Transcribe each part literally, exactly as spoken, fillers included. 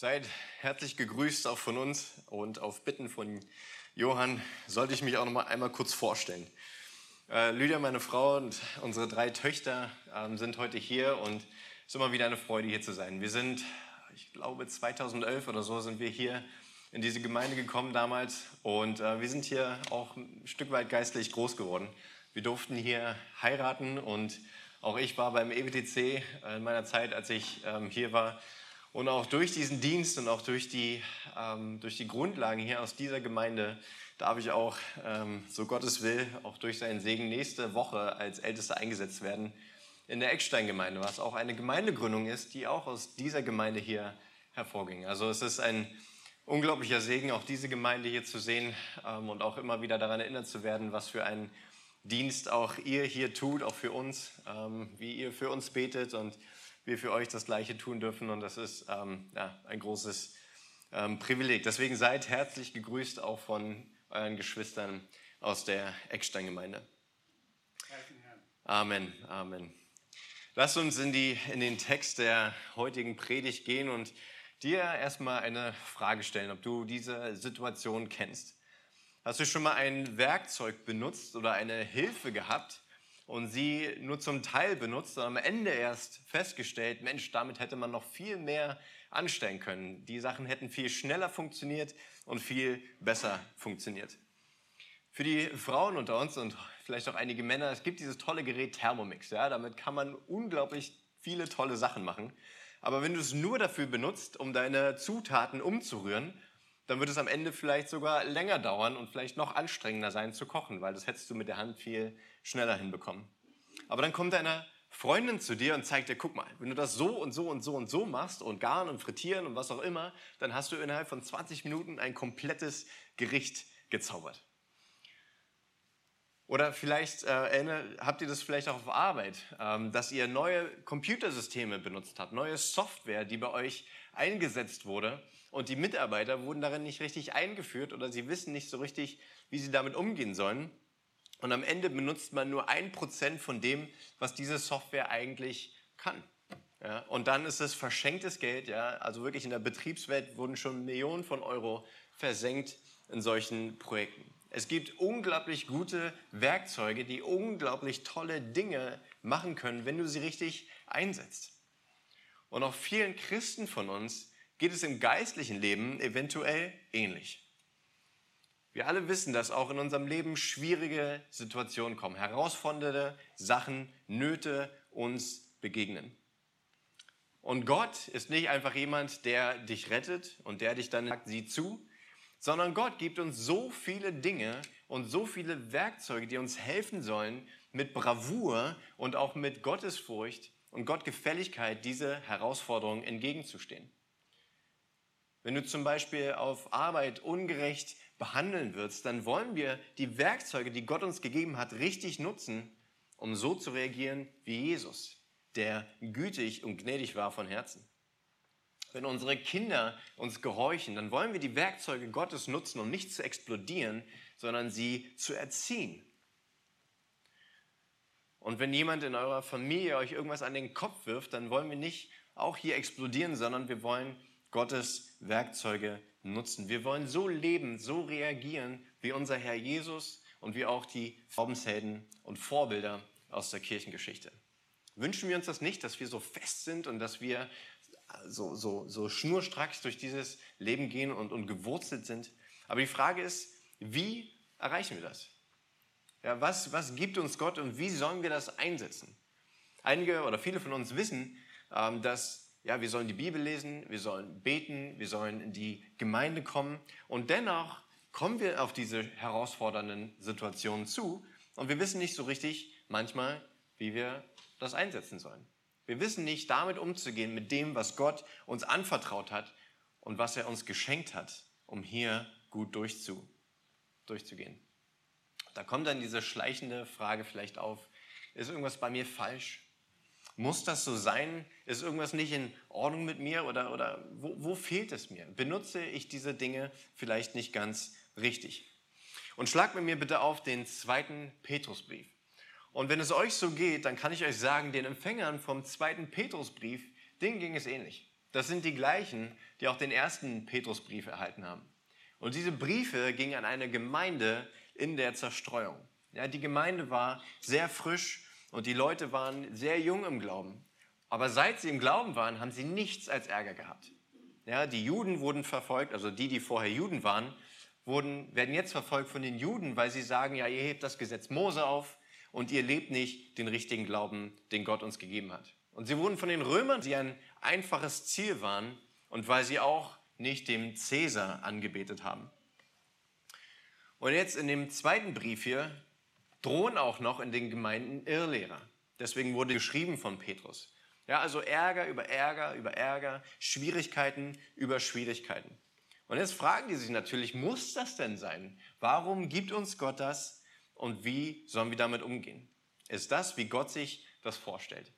Seid herzlich gegrüßt auch von uns und auf Bitten von Johann sollte ich mich auch noch mal einmal kurz vorstellen. Äh, Lydia, meine Frau, und unsere drei Töchter ähm, sind heute hier und es ist immer wieder eine Freude, hier zu sein. Wir sind, ich glaube, zweitausendelf oder so sind wir hier in diese Gemeinde gekommen damals und äh, wir sind hier auch ein Stück weit geistlich groß geworden. Wir durften hier heiraten und auch ich war beim E W T C in meiner Zeit, als ich ähm, hier war. Und auch durch diesen Dienst und auch durch die, ähm, durch die Grundlagen hier aus dieser Gemeinde darf ich auch, ähm, so Gottes will, auch durch seinen Segen nächste Woche als Ältester eingesetzt werden in der Eckstein-Gemeinde, was auch eine Gemeindegründung ist, die auch aus dieser Gemeinde hier hervorging. Also es ist ein unglaublicher Segen, auch diese Gemeinde hier zu sehen ähm, und auch immer wieder daran erinnert zu werden, was für einen Dienst auch ihr hier tut, auch für uns, ähm, wie ihr für uns betet und wir für euch das Gleiche tun dürfen und das ist ähm, ja, ein großes ähm, Privileg. Deswegen seid herzlich gegrüßt auch von euren Geschwistern aus der Eckstein-Gemeinde. Amen, Amen. Lasst uns in, die, in den Text der heutigen Predigt gehen und dir erstmal eine Frage stellen, ob du diese Situation kennst. Hast du schon mal ein Werkzeug benutzt oder eine Hilfe gehabt und sie nur zum Teil benutzt und am Ende erst festgestellt, Mensch, damit hätte man noch viel mehr anstellen können. Die Sachen hätten viel schneller funktioniert und viel besser funktioniert. Für die Frauen unter uns und vielleicht auch einige Männer, es gibt dieses tolle Gerät Thermomix. Ja? Damit kann man unglaublich viele tolle Sachen machen. Aber wenn du es nur dafür benutzt, um deine Zutaten umzurühren, dann wird es am Ende vielleicht sogar länger dauern und vielleicht noch anstrengender sein zu kochen, weil das hättest du mit der Hand viel schneller hinbekommen. Aber dann kommt deine Freundin zu dir und zeigt dir, guck mal, wenn du das so und so und so und so machst und garen und frittieren und was auch immer, dann hast du innerhalb von zwanzig Minuten ein komplettes Gericht gezaubert. Oder vielleicht äh, habt ihr das vielleicht auch auf Arbeit, ähm, dass ihr neue Computersysteme benutzt habt, neue Software, die bei euch eingesetzt wurde und die Mitarbeiter wurden darin nicht richtig eingeführt oder sie wissen nicht so richtig, wie sie damit umgehen sollen. Und am Ende benutzt man nur ein Prozent von dem, was diese Software eigentlich kann. Ja, und dann ist es verschenktes Geld. Ja, also wirklich in der Betriebswelt wurden schon Millionen von Euro versenkt in solchen Projekten. Es gibt unglaublich gute Werkzeuge, die unglaublich tolle Dinge machen können, wenn du sie richtig einsetzt. Und auch vielen Christen von uns geht es im geistlichen Leben eventuell ähnlich. Wir alle wissen, dass auch in unserem Leben schwierige Situationen kommen, herausfordernde Sachen, Nöte uns begegnen. Und Gott ist nicht einfach jemand, der dich rettet und der dich dann sagt, sieh zu, sondern Gott gibt uns so viele Dinge und so viele Werkzeuge, die uns helfen sollen, mit Bravour und auch mit Gottesfurcht und Gottgefälligkeit diese Herausforderungen entgegenzustehen. Wenn du zum Beispiel auf Arbeit ungerecht behandeln wirst, dann wollen wir die Werkzeuge, die Gott uns gegeben hat, richtig nutzen, um so zu reagieren wie Jesus, der gütig und gnädig war von Herzen. Wenn unsere Kinder uns gehorchen, dann wollen wir die Werkzeuge Gottes nutzen, um nicht zu explodieren, sondern sie zu erziehen. Und wenn jemand in eurer Familie euch irgendwas an den Kopf wirft, dann wollen wir nicht auch hier explodieren, sondern wir wollen Gottes Werkzeuge nutzen. Wir wollen so leben, so reagieren, wie unser Herr Jesus und wie auch die Glaubenshelden und Vorbilder aus der Kirchengeschichte. Wünschen wir uns das nicht, dass wir so fest sind und dass wir so, so, so schnurstracks durch dieses Leben gehen und, und gewurzelt sind? Aber die Frage ist, wie erreichen wir das? Ja, was, was gibt uns Gott und wie sollen wir das einsetzen? Einige oder viele von uns wissen, ähm, dass ja, wir sollen die Bibel lesen, wir sollen beten, wir sollen in die Gemeinde kommen und dennoch kommen wir auf diese herausfordernden Situationen zu und wir wissen nicht so richtig manchmal, wie wir das einsetzen sollen. Wir wissen nicht, damit umzugehen, mit dem, was Gott uns anvertraut hat und was er uns geschenkt hat, um hier gut durchzu, durchzugehen. Da kommt dann diese schleichende Frage vielleicht auf, ist irgendwas bei mir falsch? Muss das so sein? Ist irgendwas nicht in Ordnung mit mir oder, oder wo, wo fehlt es mir? Benutze ich diese Dinge vielleicht nicht ganz richtig? Und schlag mit mir bitte auf den zweiten Petrusbrief. Und wenn es euch so geht, dann kann ich euch sagen, den Empfängern vom zweiten Petrusbrief, denen ging es ähnlich. Das sind die gleichen, die auch den ersten Petrusbrief erhalten haben. Und diese Briefe gingen an eine Gemeinde in der Zerstreuung. Ja, die Gemeinde war sehr frisch und die Leute waren sehr jung im Glauben. Aber seit sie im Glauben waren, haben sie nichts als Ärger gehabt. Ja, die Juden wurden verfolgt, also die, die vorher Juden waren, wurden, werden jetzt verfolgt von den Juden, weil sie sagen, ja, ihr hebt das Gesetz Mose auf und ihr lebt nicht den richtigen Glauben, den Gott uns gegeben hat. Und sie wurden von den Römern, die ein einfaches Ziel waren und weil sie auch nicht dem Cäsar angebetet haben. Und jetzt in dem zweiten Brief hier drohen auch noch in den Gemeinden Irrlehrer. Deswegen wurde geschrieben von Petrus. Ja, also Ärger über Ärger über Ärger, Schwierigkeiten über Schwierigkeiten. Und jetzt fragen die sich natürlich, muss das denn sein? Warum gibt uns Gott das und wie sollen wir damit umgehen? Ist das, wie Gott sich das vorstellt?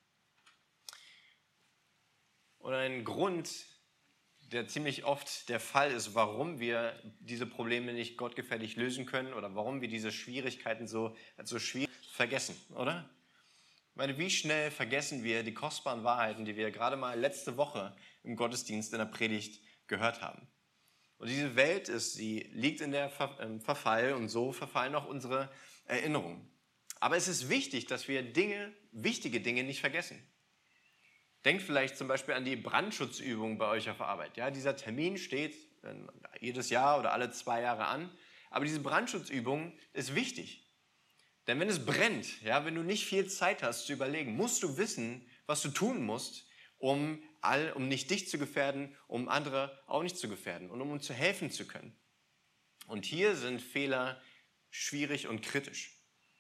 Und ein Grund, der ziemlich oft der Fall ist, warum wir diese Probleme nicht gottgefällig lösen können oder warum wir diese Schwierigkeiten so, so schwierig vergessen, oder? Ich meine, wie schnell vergessen wir die kostbaren Wahrheiten, die wir gerade mal letzte Woche im Gottesdienst in der Predigt gehört haben. Und diese Welt ist, sie liegt in der Ver- im Verfall und so verfallen auch unsere Erinnerungen. Aber es ist wichtig, dass wir Dinge, wichtige Dinge nicht vergessen. Denkt vielleicht zum Beispiel an die Brandschutzübung bei euch auf der Arbeit. Ja, dieser Termin steht jedes Jahr oder alle zwei Jahre an. Aber diese Brandschutzübung ist wichtig. Denn wenn es brennt, ja, wenn du nicht viel Zeit hast zu überlegen, musst du wissen, was du tun musst, um, all, um nicht dich zu gefährden, um andere auch nicht zu gefährden und um uns zu helfen zu können. Und hier sind Fehler schwierig und kritisch.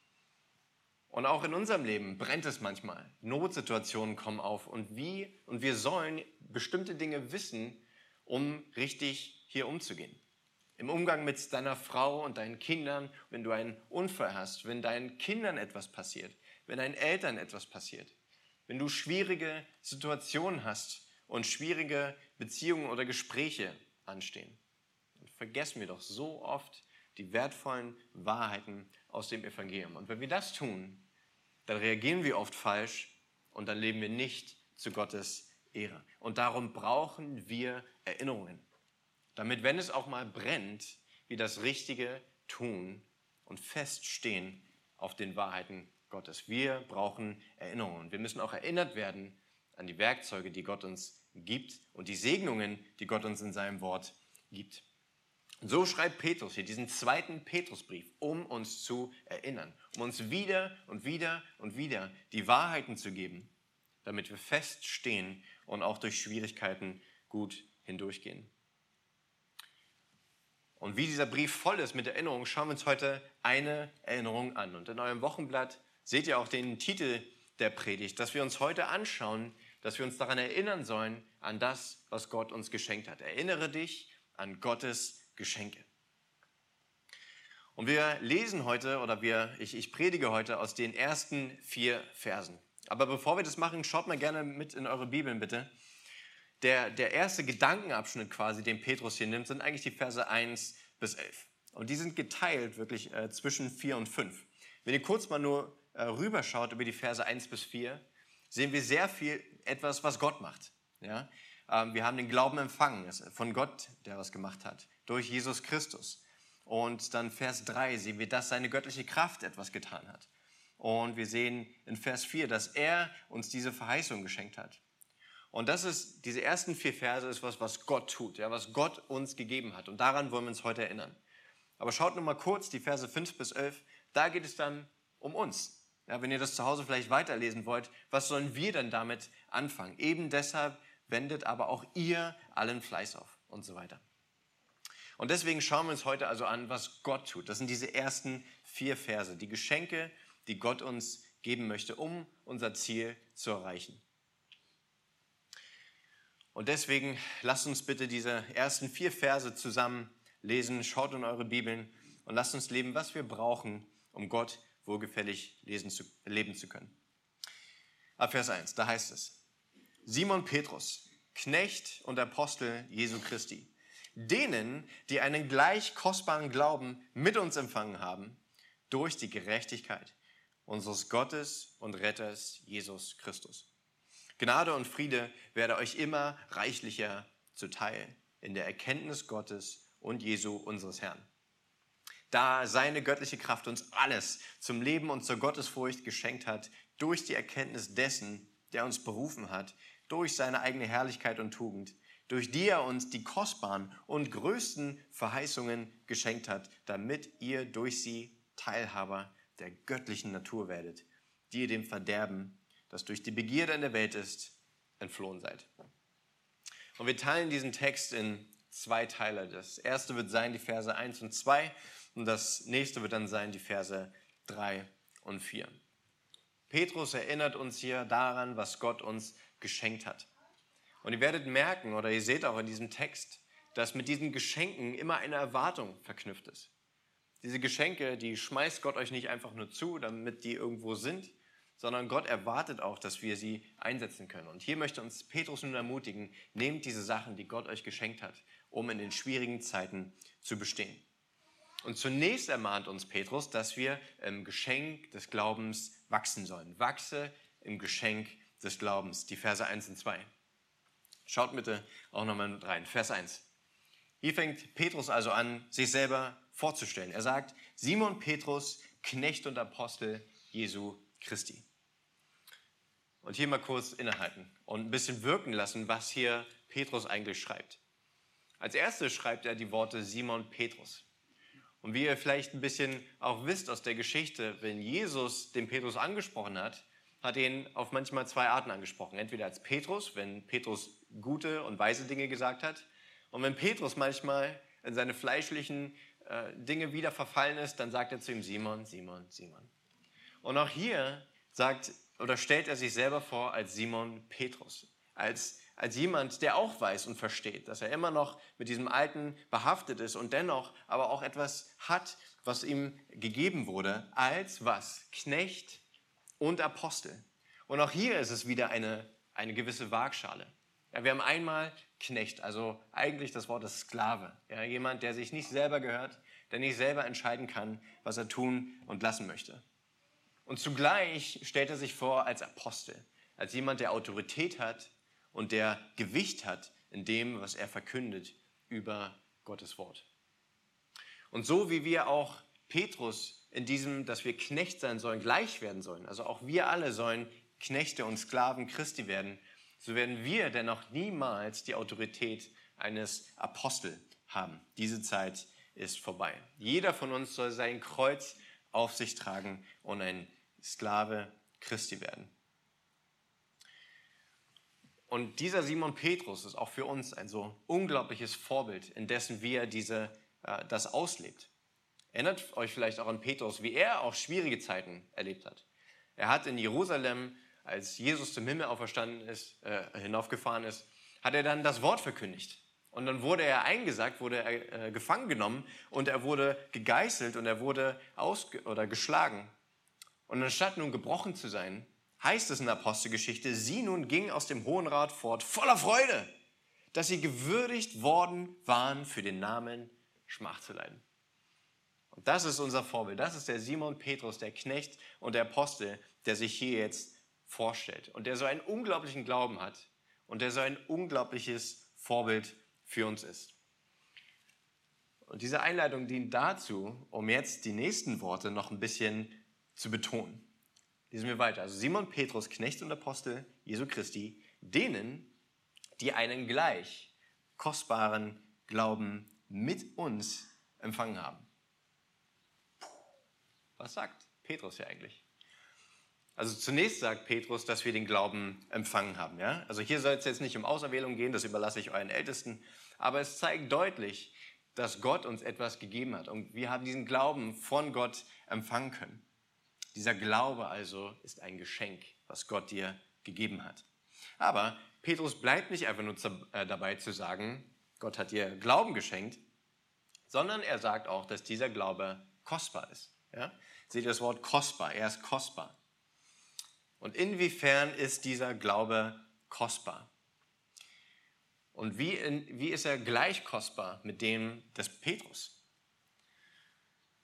Und auch in unserem Leben brennt es manchmal. Notsituationen kommen auf und wie und wir sollen bestimmte Dinge wissen, um richtig hier umzugehen. Im Umgang mit deiner Frau und deinen Kindern, wenn du einen Unfall hast, wenn deinen Kindern etwas passiert, wenn deinen Eltern etwas passiert, wenn du schwierige Situationen hast und schwierige Beziehungen oder Gespräche anstehen. Dann vergessen wir doch so oft die wertvollen Wahrheiten aus dem Evangelium. Und wenn wir das tun, dann reagieren wir oft falsch und dann leben wir nicht zu Gottes Ehre. Und darum brauchen wir Erinnerungen. Damit, wenn es auch mal brennt, wir das Richtige tun und feststehen auf den Wahrheiten Gottes. Wir brauchen Erinnerungen. Wir müssen auch erinnert werden an die Werkzeuge, die Gott uns gibt und die Segnungen, die Gott uns in seinem Wort gibt. Und so schreibt Petrus hier diesen zweiten Petrusbrief, um uns zu erinnern, um uns wieder und wieder und wieder die Wahrheiten zu geben, damit wir feststehen und auch durch Schwierigkeiten gut hindurchgehen. Und wie dieser Brief voll ist mit Erinnerungen, schauen wir uns heute eine Erinnerung an. Und in eurem Wochenblatt seht ihr auch den Titel der Predigt, dass wir uns heute anschauen, dass wir uns daran erinnern sollen, an das, was Gott uns geschenkt hat. Erinnere dich an Gottes Geschenke. Und wir lesen heute, oder wir, ich, ich predige heute aus den ersten vier Versen. Aber bevor wir das machen, schaut mal gerne mit in eure Bibeln bitte. Der, der erste Gedankenabschnitt quasi, den Petrus hier nimmt, sind eigentlich die Verse eins bis elf. Und die sind geteilt wirklich äh, zwischen vier und fünf. Wenn ihr kurz mal nur äh, rüberschaut über die Verse eins bis vier, sehen wir sehr viel etwas, was Gott macht. Ja? Ähm, wir haben den Glauben empfangen von Gott, der was gemacht hat, durch Jesus Christus. Und dann Vers drei sehen wir, dass seine göttliche Kraft etwas getan hat. Und wir sehen in Vers vier, dass er uns diese Verheißung geschenkt hat. Und das ist, diese ersten vier Verse ist was, was Gott tut, ja, was Gott uns gegeben hat. Und daran wollen wir uns heute erinnern. Aber schaut nur mal kurz die Verse fünf bis elf, da geht es dann um uns. Ja, wenn ihr das zu Hause vielleicht weiterlesen wollt, was sollen wir denn damit anfangen? Eben deshalb wendet aber auch ihr allen Fleiß auf und so weiter. Und deswegen schauen wir uns heute also an, was Gott tut. Das sind diese ersten vier Verse, die Geschenke, die Gott uns geben möchte, um unser Ziel zu erreichen. Und deswegen lasst uns bitte diese ersten vier Verse zusammen lesen. Schaut in eure Bibeln und lasst uns leben, was wir brauchen, um Gott wohlgefällig lesen zu, leben zu können. Ab Vers eins, da heißt es: Simon Petrus, Knecht und Apostel Jesu Christi, denen, die einen gleich kostbaren Glauben mit uns empfangen haben, durch die Gerechtigkeit unseres Gottes und Retters Jesus Christus. Gnade und Friede werde euch immer reichlicher zuteil in der Erkenntnis Gottes und Jesu unseres Herrn. Da seine göttliche Kraft uns alles zum Leben und zur Gottesfurcht geschenkt hat, durch die Erkenntnis dessen, der uns berufen hat, durch seine eigene Herrlichkeit und Tugend, durch die er uns die kostbaren und größten Verheißungen geschenkt hat, damit ihr durch sie Teilhaber der göttlichen Natur werdet, die ihr dem Verderben, das durch die Begierde in der Welt ist, entflohen seid. Und wir teilen diesen Text in zwei Teile. Das erste wird sein die Verse eins und zwei und das nächste wird dann sein die Verse drei und vier. Petrus erinnert uns hier daran, was Gott uns geschenkt hat. Und ihr werdet merken, oder ihr seht auch in diesem Text, dass mit diesen Geschenken immer eine Erwartung verknüpft ist. Diese Geschenke, die schmeißt Gott euch nicht einfach nur zu, damit die irgendwo sind, sondern Gott erwartet auch, dass wir sie einsetzen können. Und hier möchte uns Petrus nun ermutigen, nehmt diese Sachen, die Gott euch geschenkt hat, um in den schwierigen Zeiten zu bestehen. Und zunächst ermahnt uns Petrus, dass wir im Geschenk des Glaubens wachsen sollen. Wachse im Geschenk des Glaubens, die Verse eins und zwei. Schaut bitte auch nochmal mit rein. Vers eins. Hier fängt Petrus also an, sich selber vorzustellen. Er sagt, Simon Petrus, Knecht und Apostel Jesu Christi. Und hier mal kurz innehalten und ein bisschen wirken lassen, was hier Petrus eigentlich schreibt. Als erstes schreibt er die Worte Simon Petrus. Und wie ihr vielleicht ein bisschen auch wisst aus der Geschichte, wenn Jesus den Petrus angesprochen hat, hat er ihn auf manchmal zwei Arten angesprochen. Entweder als Petrus, wenn Petrus gute und weise Dinge gesagt hat. Und wenn Petrus manchmal in seine fleischlichen äh, Dinge wieder verfallen ist, dann sagt er zu ihm Simon, Simon, Simon. Und auch hier sagt oder stellt er sich selber vor als Simon Petrus, als, als jemand, der auch weiß und versteht, dass er immer noch mit diesem Alten behaftet ist und dennoch aber auch etwas hat, was ihm gegeben wurde, als was? Knecht und Apostel. Und auch hier ist es wieder eine, eine gewisse Waagschale. Ja, wir haben einmal Knecht, also eigentlich das Wort ist Sklave. Ja, jemand, der sich nicht selber gehört, der nicht selber entscheiden kann, was er tun und lassen möchte. Und zugleich stellt er sich vor als Apostel, als jemand, der Autorität hat und der Gewicht hat in dem, was er verkündet über Gottes Wort. Und so wie wir auch Petrus in diesem, dass wir Knecht sein sollen, gleich werden sollen, also auch wir alle sollen Knechte und Sklaven Christi werden, so werden wir dennoch niemals die Autorität eines Apostel haben. Diese Zeit ist vorbei. Jeder von uns soll sein Kreuz auf sich tragen und ein Sklave Christi werden. Und dieser Simon Petrus ist auch für uns ein so unglaubliches Vorbild, in dessen wie er diese, äh, das auslebt. Erinnert euch vielleicht auch an Petrus, wie er auch schwierige Zeiten erlebt hat. Er hat in Jerusalem, als Jesus zum Himmel auferstanden ist, äh, hinaufgefahren ist, hat er dann das Wort verkündigt. Und dann wurde er eingesagt, wurde er äh, gefangen genommen und er wurde gegeißelt und er wurde ausge- oder geschlagen. Und anstatt nun gebrochen zu sein, heißt es in der Apostelgeschichte, sie nun ging aus dem Hohen Rat fort, voller Freude, dass sie gewürdigt worden waren, für den Namen Schmach zu leiden. Und das ist unser Vorbild. Das ist der Simon Petrus, der Knecht und der Apostel, der sich hier jetzt vorstellt und der so einen unglaublichen Glauben hat und der so ein unglaubliches Vorbild für uns ist. Und diese Einleitung dient dazu, um jetzt die nächsten Worte noch ein bisschen zu betonen. Lesen wir weiter. Also Simon Petrus, Knecht und Apostel Jesu Christi, denen, die einen gleich kostbaren Glauben mit uns empfangen haben. Was sagt Petrus hier eigentlich? Also zunächst sagt Petrus, dass wir den Glauben empfangen haben. Ja? Also hier soll es jetzt nicht um Auserwählung gehen, das überlasse ich euren Ältesten. Aber es zeigt deutlich, dass Gott uns etwas gegeben hat. Und wir haben diesen Glauben von Gott empfangen können. Dieser Glaube also ist ein Geschenk, was Gott dir gegeben hat. Aber Petrus bleibt nicht einfach nur dabei zu sagen, Gott hat dir Glauben geschenkt, sondern er sagt auch, dass dieser Glaube kostbar ist. Ja? Seht ihr das Wort kostbar? Er ist kostbar. Und inwiefern ist dieser Glaube kostbar? Und wie, in, wie ist er gleich kostbar mit dem des Petrus?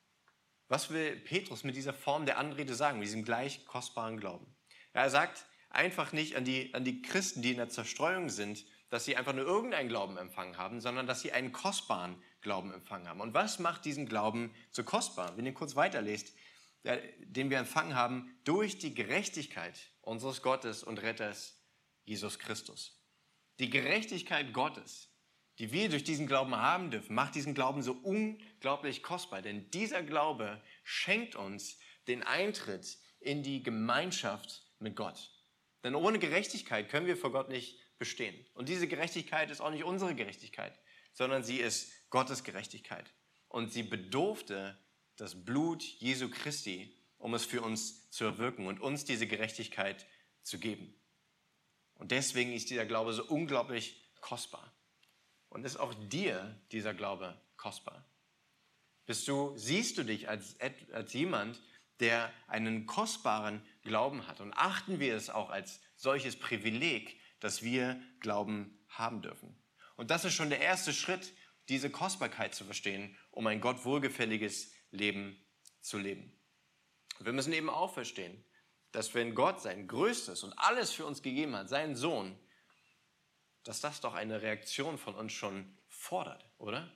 Was will Petrus mit dieser Form der Anrede sagen, mit diesem gleich kostbaren Glauben? Ja, er sagt, einfach nicht an die, an die Christen, die in der Zerstreuung sind, dass sie einfach nur irgendeinen Glauben empfangen haben, sondern dass sie einen kostbaren Glauben empfangen haben. Und was macht diesen Glauben so kostbar? Wenn ihr kurz weiterlest, der, den wir empfangen haben durch die Gerechtigkeit unseres Gottes und Retters Jesus Christus. Die Gerechtigkeit Gottes, die wir durch diesen Glauben haben dürfen, macht diesen Glauben so unglaublich kostbar. Denn dieser Glaube schenkt uns den Eintritt in die Gemeinschaft mit Gott. Denn ohne Gerechtigkeit können wir vor Gott nicht bestehen. Und diese Gerechtigkeit ist auch nicht unsere Gerechtigkeit, sondern sie ist Gottes Gerechtigkeit. Und sie bedurfte das Blut Jesu Christi, um es für uns zu erwirken und uns diese Gerechtigkeit zu geben. Und deswegen ist dieser Glaube so unglaublich kostbar. Und ist auch dir dieser Glaube kostbar? Bist du, siehst du dich als, als jemand, der einen kostbaren Glauben hat? Und achten wir es auch als solches Privileg, dass wir Glauben haben dürfen? Und das ist schon der erste Schritt, diese Kostbarkeit zu verstehen, um ein Gott wohlgefälliges Leben zu leben. Wir müssen eben auch verstehen, dass wenn Gott sein Größtes und alles für uns gegeben hat, seinen Sohn, dass das doch eine Reaktion von uns schon fordert, oder?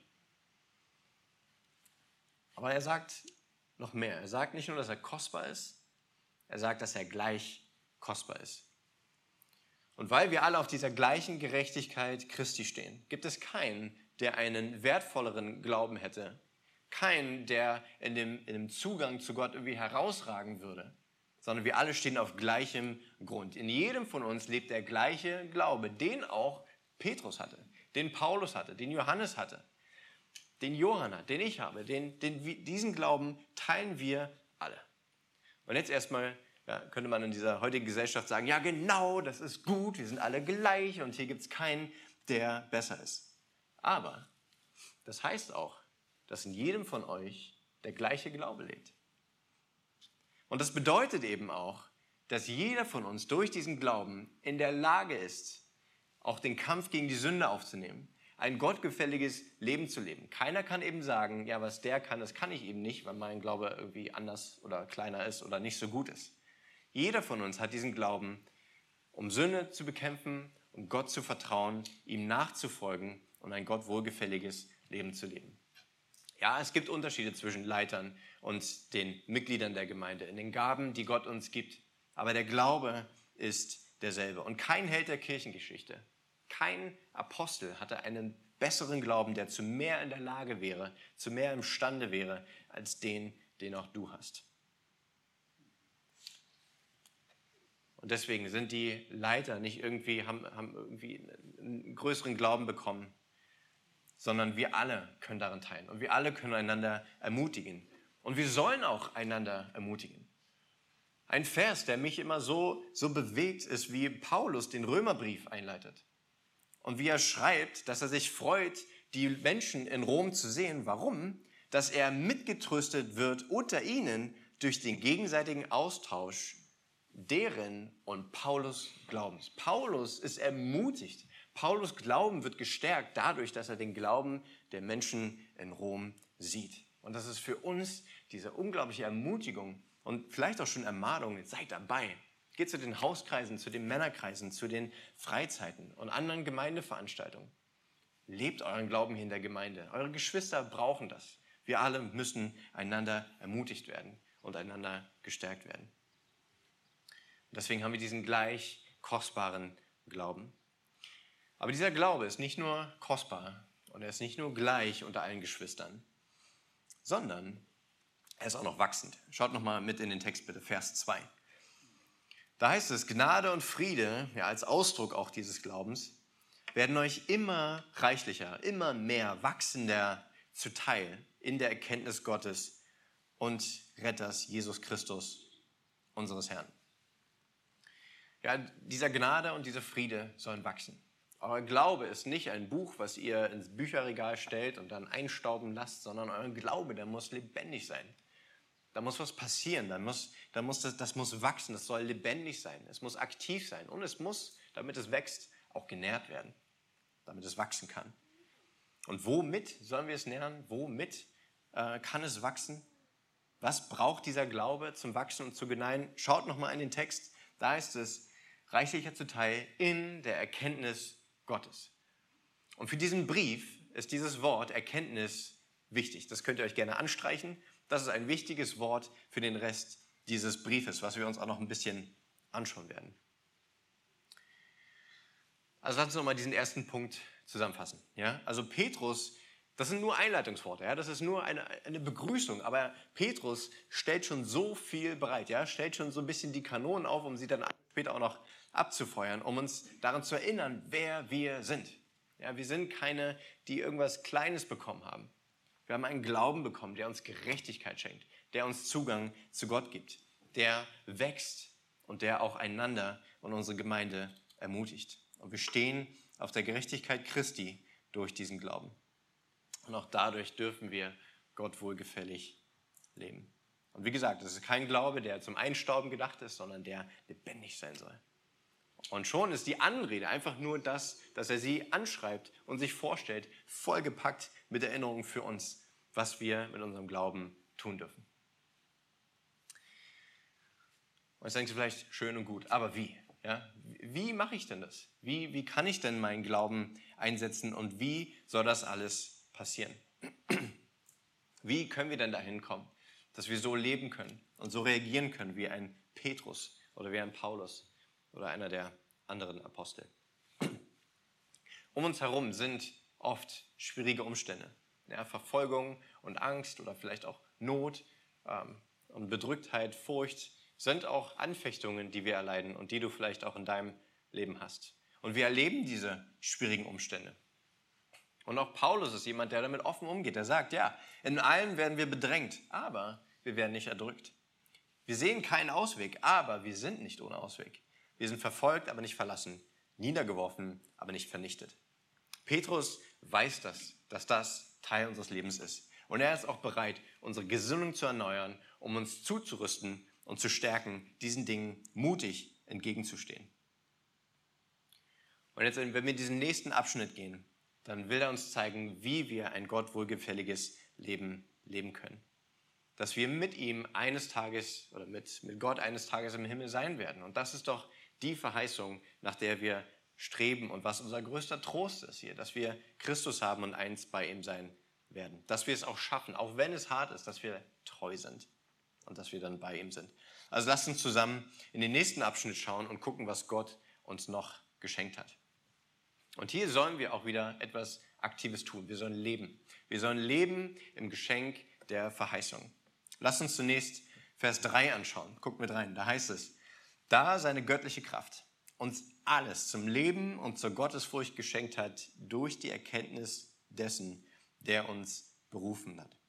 Aber er sagt noch mehr. Er sagt nicht nur, dass er kostbar ist, er sagt, dass er gleich kostbar ist. Und weil wir alle auf dieser gleichen Gerechtigkeit Christi stehen, gibt es keinen, der einen wertvolleren Glauben hätte. Keinen, der in dem, in dem Zugang zu Gott irgendwie herausragen würde. Sondern wir alle stehen auf gleichem Grund. In jedem von uns lebt der gleiche Glaube, den auch Petrus hatte, den Paulus hatte, den Johannes hatte, den Johann hat, den ich habe. Den, den, diesen Glauben teilen wir alle. Und jetzt erstmal ja, könnte man in dieser heutigen Gesellschaft sagen, ja genau, das ist gut, wir sind alle gleich und hier gibt es keinen, der besser ist. Aber das heißt auch, dass in jedem von euch der gleiche Glaube lebt. Und das bedeutet eben auch, dass jeder von uns durch diesen Glauben in der Lage ist, auch den Kampf gegen die Sünde aufzunehmen, ein gottgefälliges Leben zu leben. Keiner kann eben sagen, ja, was der kann, das kann ich eben nicht, weil mein Glaube irgendwie anders oder kleiner ist oder nicht so gut ist. Jeder von uns hat diesen Glauben, um Sünde zu bekämpfen, um Gott zu vertrauen, ihm nachzufolgen und ein Gott wohlgefälliges Leben zu leben. Ja, es gibt Unterschiede zwischen Leitern und den Mitgliedern der Gemeinde in den Gaben, die Gott uns gibt. Aber der Glaube ist derselbe. Und kein Held der Kirchengeschichte, kein Apostel hatte einen besseren Glauben, der zu mehr in der Lage wäre, zu mehr imstande wäre, als den, den auch du hast. Und deswegen sind die Leiter nicht irgendwie, haben, haben irgendwie einen größeren Glauben bekommen, sondern wir alle können daran teilen und wir alle können einander ermutigen. Und wir sollen auch einander ermutigen. Ein Vers, der mich immer so, so bewegt, ist, wie Paulus den Römerbrief einleitet. Und wie er schreibt, dass er sich freut, die Menschen in Rom zu sehen. Warum? Dass er mitgetröstet wird unter ihnen durch den gegenseitigen Austausch deren und Paulus Glaubens. Paulus ist ermutigt. Paulus Glauben wird gestärkt dadurch, dass er den Glauben der Menschen in Rom sieht. Und das ist für uns diese unglaubliche Ermutigung und vielleicht auch schon Ermahnung, seid dabei. Geht zu den Hauskreisen, zu den Männerkreisen, zu den Freizeiten und anderen Gemeindeveranstaltungen. Lebt euren Glauben hier in der Gemeinde. Eure Geschwister brauchen das. Wir alle müssen einander ermutigt werden und einander gestärkt werden. Und deswegen haben wir diesen gleich kostbaren Glauben. Aber dieser Glaube ist nicht nur kostbar und er ist nicht nur gleich unter allen Geschwistern, sondern er ist auch noch wachsend. Schaut nochmal mit in den Text bitte, Vers zwei. Da heißt es, Gnade und Friede, ja, als Ausdruck auch dieses Glaubens, werden euch immer reichlicher, immer mehr wachsender zuteil in der Erkenntnis Gottes und Retters Jesus Christus, unseres Herrn. Ja, dieser Gnade und dieser Friede sollen wachsen. Euer Glaube ist nicht ein Buch, was ihr ins Bücherregal stellt und dann einstauben lasst, sondern euer Glaube, der muss lebendig sein. Da muss was passieren, da muss, da muss das, das muss wachsen, das soll lebendig sein, es muss aktiv sein und es muss, damit es wächst, auch genährt werden, damit es wachsen kann. Und womit sollen wir es nähren? Womit äh, kann es wachsen? Was braucht dieser Glaube zum Wachsen und zu gedeihen? Schaut nochmal in den Text, da heißt es, reichlicher zuteil in der Erkenntnis Gottes. Und für diesen Brief ist dieses Wort Erkenntnis wichtig. Das könnt ihr euch gerne anstreichen. Das ist ein wichtiges Wort für den Rest dieses Briefes, was wir uns auch noch ein bisschen anschauen werden. Also lass uns nochmal diesen ersten Punkt zusammenfassen. Ja? Also Petrus, das sind nur Einleitungsworte, ja? Das ist nur eine, eine Begrüßung, aber Petrus stellt schon so viel bereit, ja? Stellt schon so ein bisschen die Kanonen auf, um sie dann später auch noch abzufeuern, um uns daran zu erinnern, wer wir sind. Ja, wir sind keine, die irgendwas Kleines bekommen haben. Wir haben einen Glauben bekommen, der uns Gerechtigkeit schenkt, der uns Zugang zu Gott gibt, der wächst und der auch einander und unsere Gemeinde ermutigt. Und wir stehen auf der Gerechtigkeit Christi durch diesen Glauben. Und auch dadurch dürfen wir Gott wohlgefällig leben. Und wie gesagt, das ist kein Glaube, der zum Einstauben gedacht ist, sondern der lebendig sein soll. Und schon ist die Anrede einfach nur das, dass er sie anschreibt und sich vorstellt, vollgepackt mit Erinnerungen für uns, was wir mit unserem Glauben tun dürfen. Und jetzt denkst du vielleicht, schön und gut, aber wie? Ja? Wie mache ich denn das? Wie, wie kann ich denn meinen Glauben einsetzen und wie soll das alles passieren? Wie können wir denn dahin kommen, dass wir so leben können und so reagieren können wie ein Petrus oder wie ein Paulus oder einer der anderen Apostel? Um uns herum sind oft schwierige Umstände. Ja, Verfolgung und Angst oder vielleicht auch Not ähm, und Bedrücktheit, Furcht sind auch Anfechtungen, die wir erleiden und die du vielleicht auch in deinem Leben hast. Und wir erleben diese schwierigen Umstände. Und auch Paulus ist jemand, der damit offen umgeht. Er sagt, ja, in allem werden wir bedrängt, aber wir werden nicht erdrückt. Wir sehen keinen Ausweg, aber wir sind nicht ohne Ausweg. Wir sind verfolgt, aber nicht verlassen, niedergeworfen, aber nicht vernichtet. Petrus weiß das, dass das Teil unseres Lebens ist. Und er ist auch bereit, unsere Gesinnung zu erneuern, um uns zuzurüsten und zu stärken, diesen Dingen mutig entgegenzustehen. Und jetzt, wenn wir in diesen nächsten Abschnitt gehen, dann will er uns zeigen, wie wir ein Gott wohlgefälliges Leben leben können. Dass wir mit ihm eines Tages oder mit, mit Gott eines Tages im Himmel sein werden. Und das ist doch die Verheißung, nach der wir streben und was unser größter Trost ist hier, dass wir Christus haben und eins bei ihm sein werden. Dass wir es auch schaffen, auch wenn es hart ist, dass wir treu sind und dass wir dann bei ihm sind. Also lasst uns zusammen in den nächsten Abschnitt schauen und gucken, was Gott uns noch geschenkt hat. Und hier sollen wir auch wieder etwas Aktives tun. Wir sollen leben. Wir sollen leben im Geschenk der Verheißung. Lasst uns zunächst Vers drei anschauen. Guckt mit rein. Da heißt es, da seine göttliche Kraft uns alles zum Leben und zur Gottesfurcht geschenkt hat durch die Erkenntnis dessen, der uns berufen hat.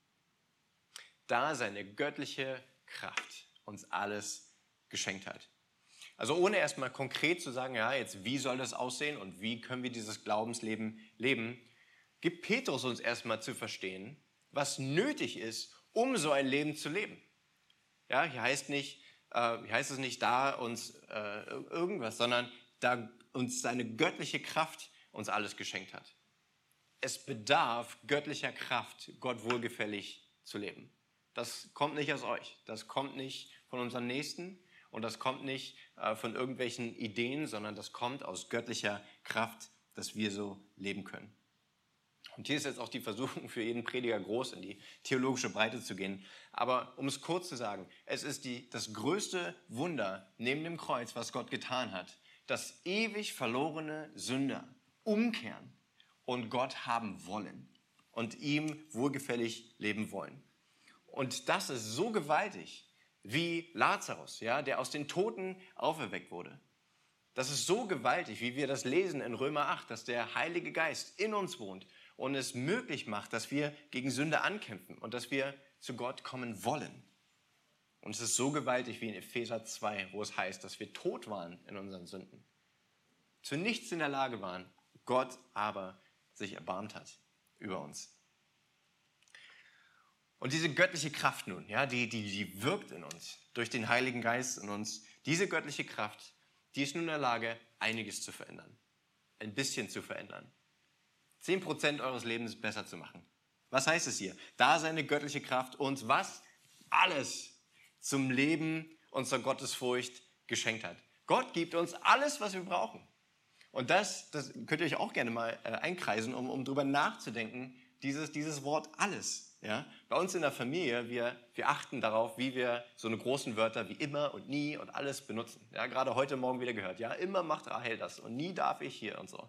Da seine göttliche Kraft uns alles geschenkt hat. Also ohne erstmal konkret zu sagen, ja, jetzt wie soll das aussehen und wie können wir dieses Glaubensleben leben, gibt Petrus uns erstmal zu verstehen, was nötig ist, um so ein Leben zu leben. Ja, hier heißt nicht, äh, hier heißt es nicht, da uns äh, irgendwas, sondern da uns seine göttliche Kraft uns alles geschenkt hat. Es bedarf göttlicher Kraft, Gott wohlgefällig zu leben. Das kommt nicht aus euch, das kommt nicht von unseren Nächsten und das kommt nicht äh, von irgendwelchen Ideen, sondern das kommt aus göttlicher Kraft, dass wir so leben können. Und hier ist jetzt auch die Versuchung für jeden Prediger groß, in die theologische Breite zu gehen. Aber um es kurz zu sagen, es ist die, das größte Wunder neben dem Kreuz, was Gott getan hat, dass ewig verlorene Sünder umkehren und Gott haben wollen und ihm wohlgefällig leben wollen. Und das ist so gewaltig wie Lazarus, ja, der aus den Toten auferweckt wurde. Das ist so gewaltig, wie wir das lesen in Römer acht, dass der Heilige Geist in uns wohnt und es möglich macht, dass wir gegen Sünde ankämpfen und dass wir zu Gott kommen wollen. Und es ist so gewaltig wie in Epheser zwei, wo es heißt, dass wir tot waren in unseren Sünden, zu nichts in der Lage waren, Gott aber sich erbarmt hat über uns. Und diese göttliche Kraft nun, ja, die, die, die wirkt in uns, durch den Heiligen Geist in uns. Diese göttliche Kraft, die ist nun in der Lage, einiges zu verändern. Ein bisschen zu verändern. Zehn Prozent eures Lebens besser zu machen. Was heißt es hier? Da seine göttliche Kraft uns was? Alles zum Leben und zur Gottesfurcht geschenkt hat. Gott gibt uns alles, was wir brauchen. Und das, das könnt ihr euch auch gerne mal äh, einkreisen, um, um drüber nachzudenken, dieses, dieses Wort alles. Ja? Bei uns in der Familie, wir, wir achten darauf, wie wir so eine großen Wörter wie immer und nie und alles benutzen. Ja, gerade heute Morgen wieder gehört, ja, immer macht Rahel das und nie darf ich hier und so.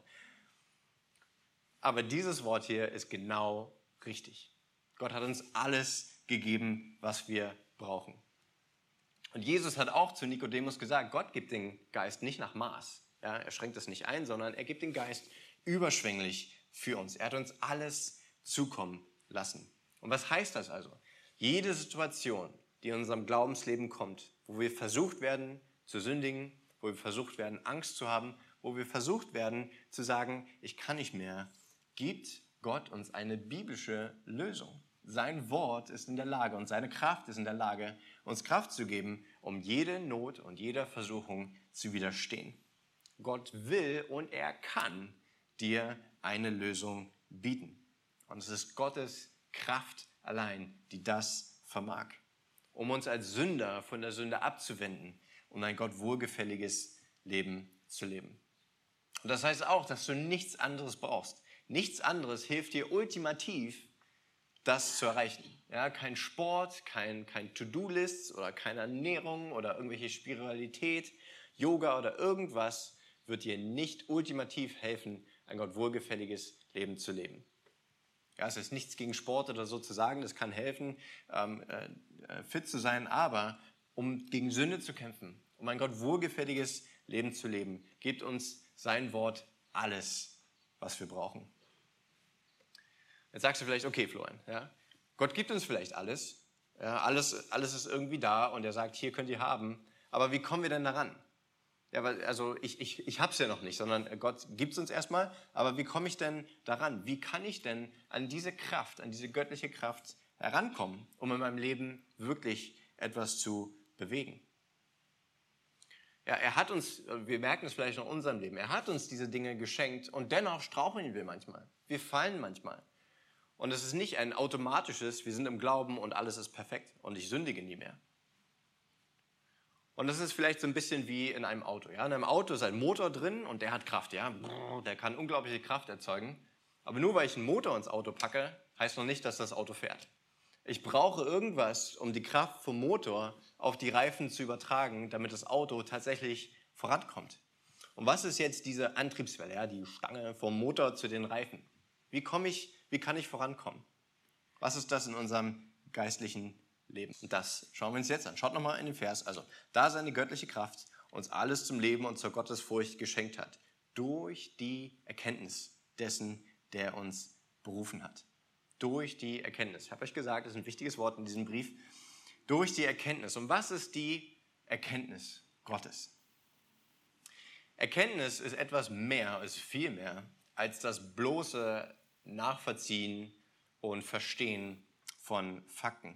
Aber dieses Wort hier ist genau richtig. Gott hat uns alles gegeben, was wir brauchen. Und Jesus hat auch zu Nikodemus gesagt, Gott gibt den Geist nicht nach Maß. Ja, er schränkt es nicht ein, sondern er gibt den Geist überschwänglich für uns. Er hat uns alles zukommen lassen. Und was heißt das also? Jede Situation, die in unserem Glaubensleben kommt, wo wir versucht werden zu sündigen, wo wir versucht werden, Angst zu haben, wo wir versucht werden zu sagen, ich kann nicht mehr, gibt Gott uns eine biblische Lösung. Sein Wort ist in der Lage und seine Kraft ist in der Lage, uns Kraft zu geben, um jede Not und jeder Versuchung zu widerstehen. Gott will und er kann dir eine Lösung bieten. Und es ist Gottes Kraft allein, die das vermag, um uns als Sünder von der Sünde abzuwenden und ein Gott wohlgefälliges Leben zu leben. Und das heißt auch, dass du nichts anderes brauchst. Nichts anderes hilft dir ultimativ, das zu erreichen. Ja, kein Sport, kein, kein To-Do-Lists oder keine Ernährung oder irgendwelche Spiritualität, Yoga oder irgendwas wird dir nicht ultimativ helfen, ein Gott wohlgefälliges Leben zu leben. Ja, es ist nichts gegen Sport oder so zu sagen, das kann helfen, ähm, äh, fit zu sein, aber um gegen Sünde zu kämpfen, um ein Gott wohlgefälliges Leben zu leben, gibt uns sein Wort alles, was wir brauchen. Jetzt sagst du vielleicht, okay Florian, ja, Gott gibt uns vielleicht alles, ja, alles, alles ist irgendwie da und er sagt, hier könnt ihr haben, aber wie kommen wir denn daran? Ja, weil, also ich, ich, ich habe es ja noch nicht, sondern Gott gibt es uns erstmal. Aber wie komme ich denn daran? Wie kann ich denn an diese Kraft, an diese göttliche Kraft herankommen, um in meinem Leben wirklich etwas zu bewegen? Ja, er hat uns, wir merken es vielleicht in unserem Leben, er hat uns diese Dinge geschenkt und dennoch straucheln wir manchmal. Wir fallen manchmal. Und es ist nicht ein automatisches, wir sind im Glauben und alles ist perfekt und ich sündige nie mehr. Und das ist vielleicht so ein bisschen wie in einem Auto. Ja? In einem Auto ist ein Motor drin und der hat Kraft. Ja? Der kann unglaubliche Kraft erzeugen. Aber nur weil ich einen Motor ins Auto packe, heißt noch nicht, dass das Auto fährt. Ich brauche irgendwas, um die Kraft vom Motor auf die Reifen zu übertragen, damit das Auto tatsächlich vorankommt. Und was ist jetzt diese Antriebswelle, ja? Die Stange vom Motor zu den Reifen? Wie komme ich, wie kann ich vorankommen? Was ist das in unserem geistlichen Leben? Und das schauen wir uns jetzt an. Schaut nochmal in den Vers. Also, da seine göttliche Kraft uns alles zum Leben und zur Gottesfurcht geschenkt hat, durch die Erkenntnis dessen, der uns berufen hat. Durch die Erkenntnis. Ich habe euch gesagt, das ist ein wichtiges Wort in diesem Brief. Durch die Erkenntnis. Und was ist die Erkenntnis Gottes? Erkenntnis ist etwas mehr, ist viel mehr, als das bloße Nachvollziehen und Verstehen von Fakten.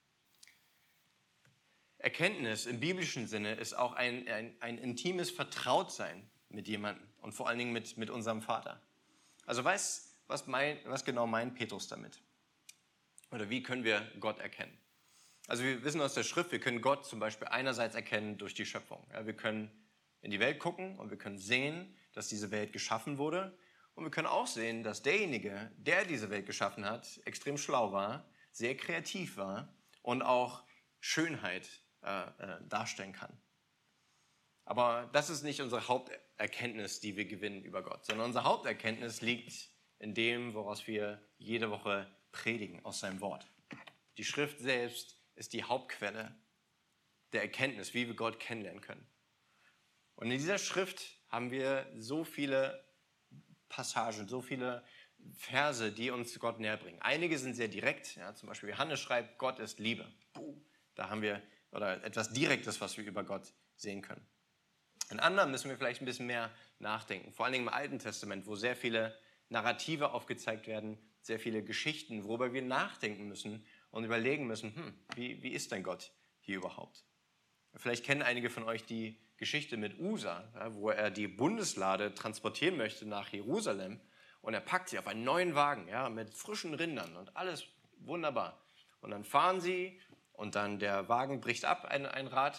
Erkenntnis im biblischen Sinne ist auch ein, ein, ein intimes Vertrautsein mit jemandem und vor allen Dingen mit, mit unserem Vater. Also weiß, was, mein, was genau meint Petrus damit? Oder wie können wir Gott erkennen? Also wir wissen aus der Schrift, wir können Gott zum Beispiel einerseits erkennen durch die Schöpfung. Ja, wir können in die Welt gucken und wir können sehen, dass diese Welt geschaffen wurde. Und wir können auch sehen, dass derjenige, der diese Welt geschaffen hat, extrem schlau war, sehr kreativ war und auch Schönheit äh, äh, darstellen kann. Aber das ist nicht unsere Haupterkenntnis, die wir gewinnen über Gott, sondern unsere Haupterkenntnis liegt in dem, woraus wir jede Woche predigen, aus seinem Wort. Die Schrift selbst ist die Hauptquelle der Erkenntnis, wie wir Gott kennenlernen können. Und in dieser Schrift haben wir so viele Passagen, so viele Verse, die uns Gott näher bringen. Einige sind sehr direkt, ja, zum Beispiel Johannes schreibt, Gott ist Liebe. Puh, da haben wir oder etwas Direktes, was wir über Gott sehen können. In anderen müssen wir vielleicht ein bisschen mehr nachdenken, vor allen Dingen im Alten Testament, wo sehr viele Narrative aufgezeigt werden, sehr viele Geschichten, worüber wir nachdenken müssen und überlegen müssen, hm, wie, wie ist denn Gott hier überhaupt? Vielleicht kennen einige von euch die Geschichte mit Usa, ja, wo er die Bundeslade transportieren möchte nach Jerusalem und er packt sie auf einen neuen Wagen, ja, mit frischen Rindern und alles wunderbar. Und dann fahren sie und dann der Wagen bricht ab, ein, ein Rad,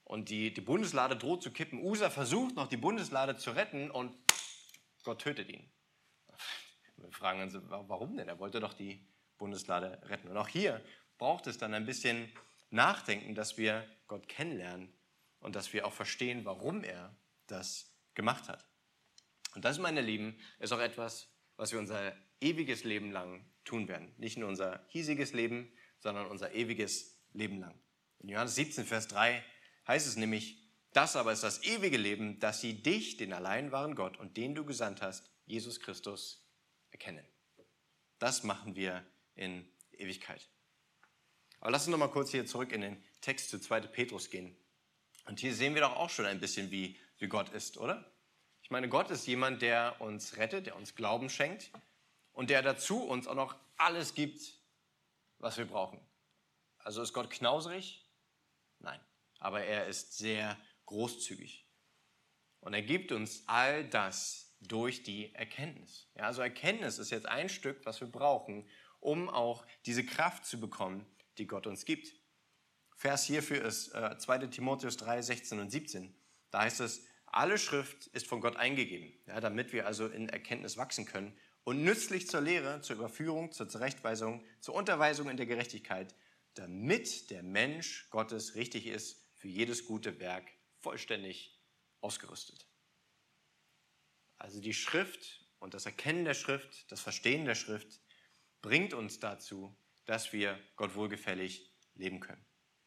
und die, die Bundeslade droht zu kippen. Usa versucht noch, die Bundeslade zu retten und Gott tötet ihn. Wir fragen uns, warum denn? Er wollte doch die Bundeslade retten. Und auch hier braucht es dann ein bisschen Nachdenken, dass wir Gott kennenlernen und dass wir auch verstehen, warum er das gemacht hat. Und das, meine Lieben, ist auch etwas, was wir unser ewiges Leben lang tun werden. Nicht nur unser hiesiges Leben, sondern unser ewiges Leben lang. In Johannes siebzehn, Vers drei heißt es nämlich, das aber ist das ewige Leben, dass sie dich, den allein wahren Gott und den du gesandt hast, Jesus Christus, erkennen. Das machen wir in Ewigkeit. Aber lass uns noch mal kurz hier zurück in den Text zu zweiten Petrus gehen. Und hier sehen wir doch auch schon ein bisschen, wie, wie Gott ist, oder? Ich meine, Gott ist jemand, der uns rettet, der uns Glauben schenkt und der dazu uns auch noch alles gibt, was wir brauchen. Also ist Gott knauserig? Nein, aber er ist sehr großzügig. Und er gibt uns all das durch die Erkenntnis. Ja, also Erkenntnis ist jetzt ein Stück, was wir brauchen, um auch diese Kraft zu bekommen, die Gott uns gibt. Vers hierfür ist äh, zweiten Timotheus drei, sechzehn und siebzehn. Da heißt es, alle Schrift ist von Gott eingegeben, ja, damit wir also in Erkenntnis wachsen können und nützlich zur Lehre, zur Überführung, zur Zurechtweisung, zur Unterweisung in der Gerechtigkeit, damit der Mensch Gottes richtig ist, für jedes gute Werk vollständig ausgerüstet. Also die Schrift und das Erkennen der Schrift, das Verstehen der Schrift bringt uns dazu, dass wir Gott wohlgefällig leben können.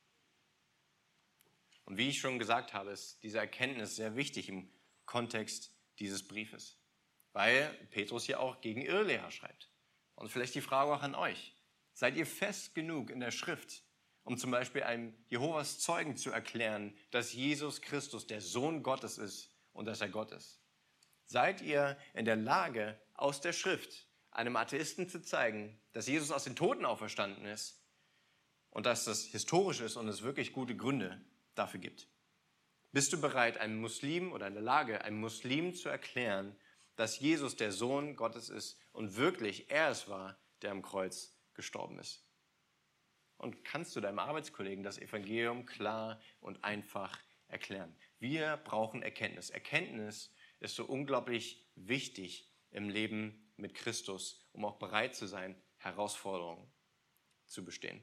Und wie ich schon gesagt habe, ist diese Erkenntnis sehr wichtig im Kontext dieses Briefes, weil Petrus hier auch gegen Irrlehrer schreibt. Und vielleicht die Frage auch an euch. Seid ihr fest genug in der Schrift, um zum Beispiel einem Jehovas Zeugen zu erklären, dass Jesus Christus der Sohn Gottes ist und dass er Gott ist? Seid ihr in der Lage, aus der Schrift einem Atheisten zu zeigen, dass Jesus aus den Toten auferstanden ist und dass das historisch ist und es wirklich gute Gründe dafür gibt? Bist du bereit, einem Muslim oder in der Lage, einem Muslim zu erklären, dass Jesus der Sohn Gottes ist und wirklich er es war, der am Kreuz gestorben ist? Und kannst du deinem Arbeitskollegen das Evangelium klar und einfach erklären? Wir brauchen Erkenntnis. Erkenntnis ist so unglaublich wichtig im Leben mit Christus, um auch bereit zu sein, Herausforderungen zu bestehen.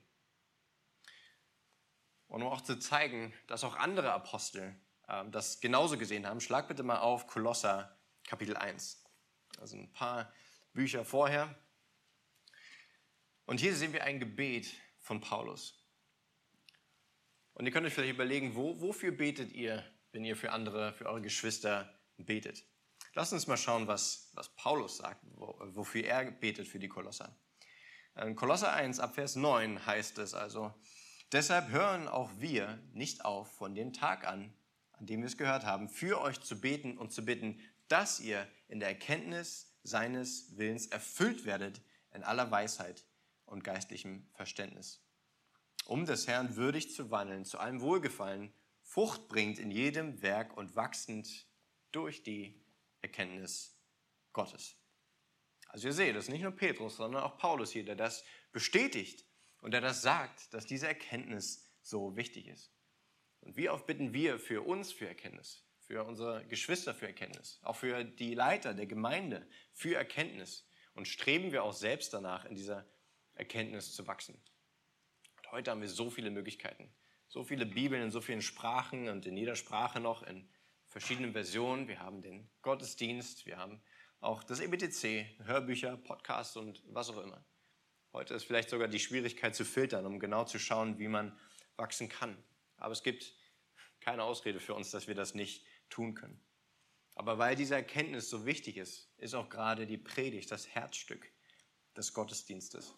Und um auch zu zeigen, dass auch andere Apostel äh, das genauso gesehen haben, schlag bitte mal auf Kolosser Kapitel eins. Also ein paar Bücher vorher. Und hier sehen wir ein Gebet von Paulus. Und ihr könnt euch vielleicht überlegen, wo, wofür betet ihr, wenn ihr für andere, für eure Geschwister betet? Lasst uns mal schauen, was, was Paulus sagt, wo, wofür er betet für die Kolosser. In Kolosser eins, ab Vers neun heißt es also, deshalb hören auch wir nicht auf von dem Tag an, an dem wir es gehört haben, für euch zu beten und zu bitten, dass ihr in der Erkenntnis seines Willens erfüllt werdet in aller Weisheit und geistlichem Verständnis, um des Herrn würdig zu wandeln, zu allem Wohlgefallen, Frucht bringt in jedem Werk und wachsend durch die Erkenntnis Gottes. Also ihr seht, das ist nicht nur Petrus, sondern auch Paulus hier, der das bestätigt und der das sagt, dass diese Erkenntnis so wichtig ist. Und wie oft bitten wir für uns für Erkenntnis, für unsere Geschwister für Erkenntnis, auch für die Leiter der Gemeinde für Erkenntnis und streben wir auch selbst danach, in dieser Erkenntnis zu wachsen. Und heute haben wir so viele Möglichkeiten, so viele Bibeln in so vielen Sprachen und in jeder Sprache noch in verschiedenen Versionen. Wir haben den Gottesdienst, wir haben auch das E B T C, Hörbücher, Podcasts und was auch immer. Heute ist vielleicht sogar die Schwierigkeit zu filtern, um genau zu schauen, wie man wachsen kann. Aber es gibt keine Ausrede für uns, dass wir das nicht tun können. Aber weil diese Erkenntnis so wichtig ist, ist auch gerade die Predigt das Herzstück des Gottesdienstes.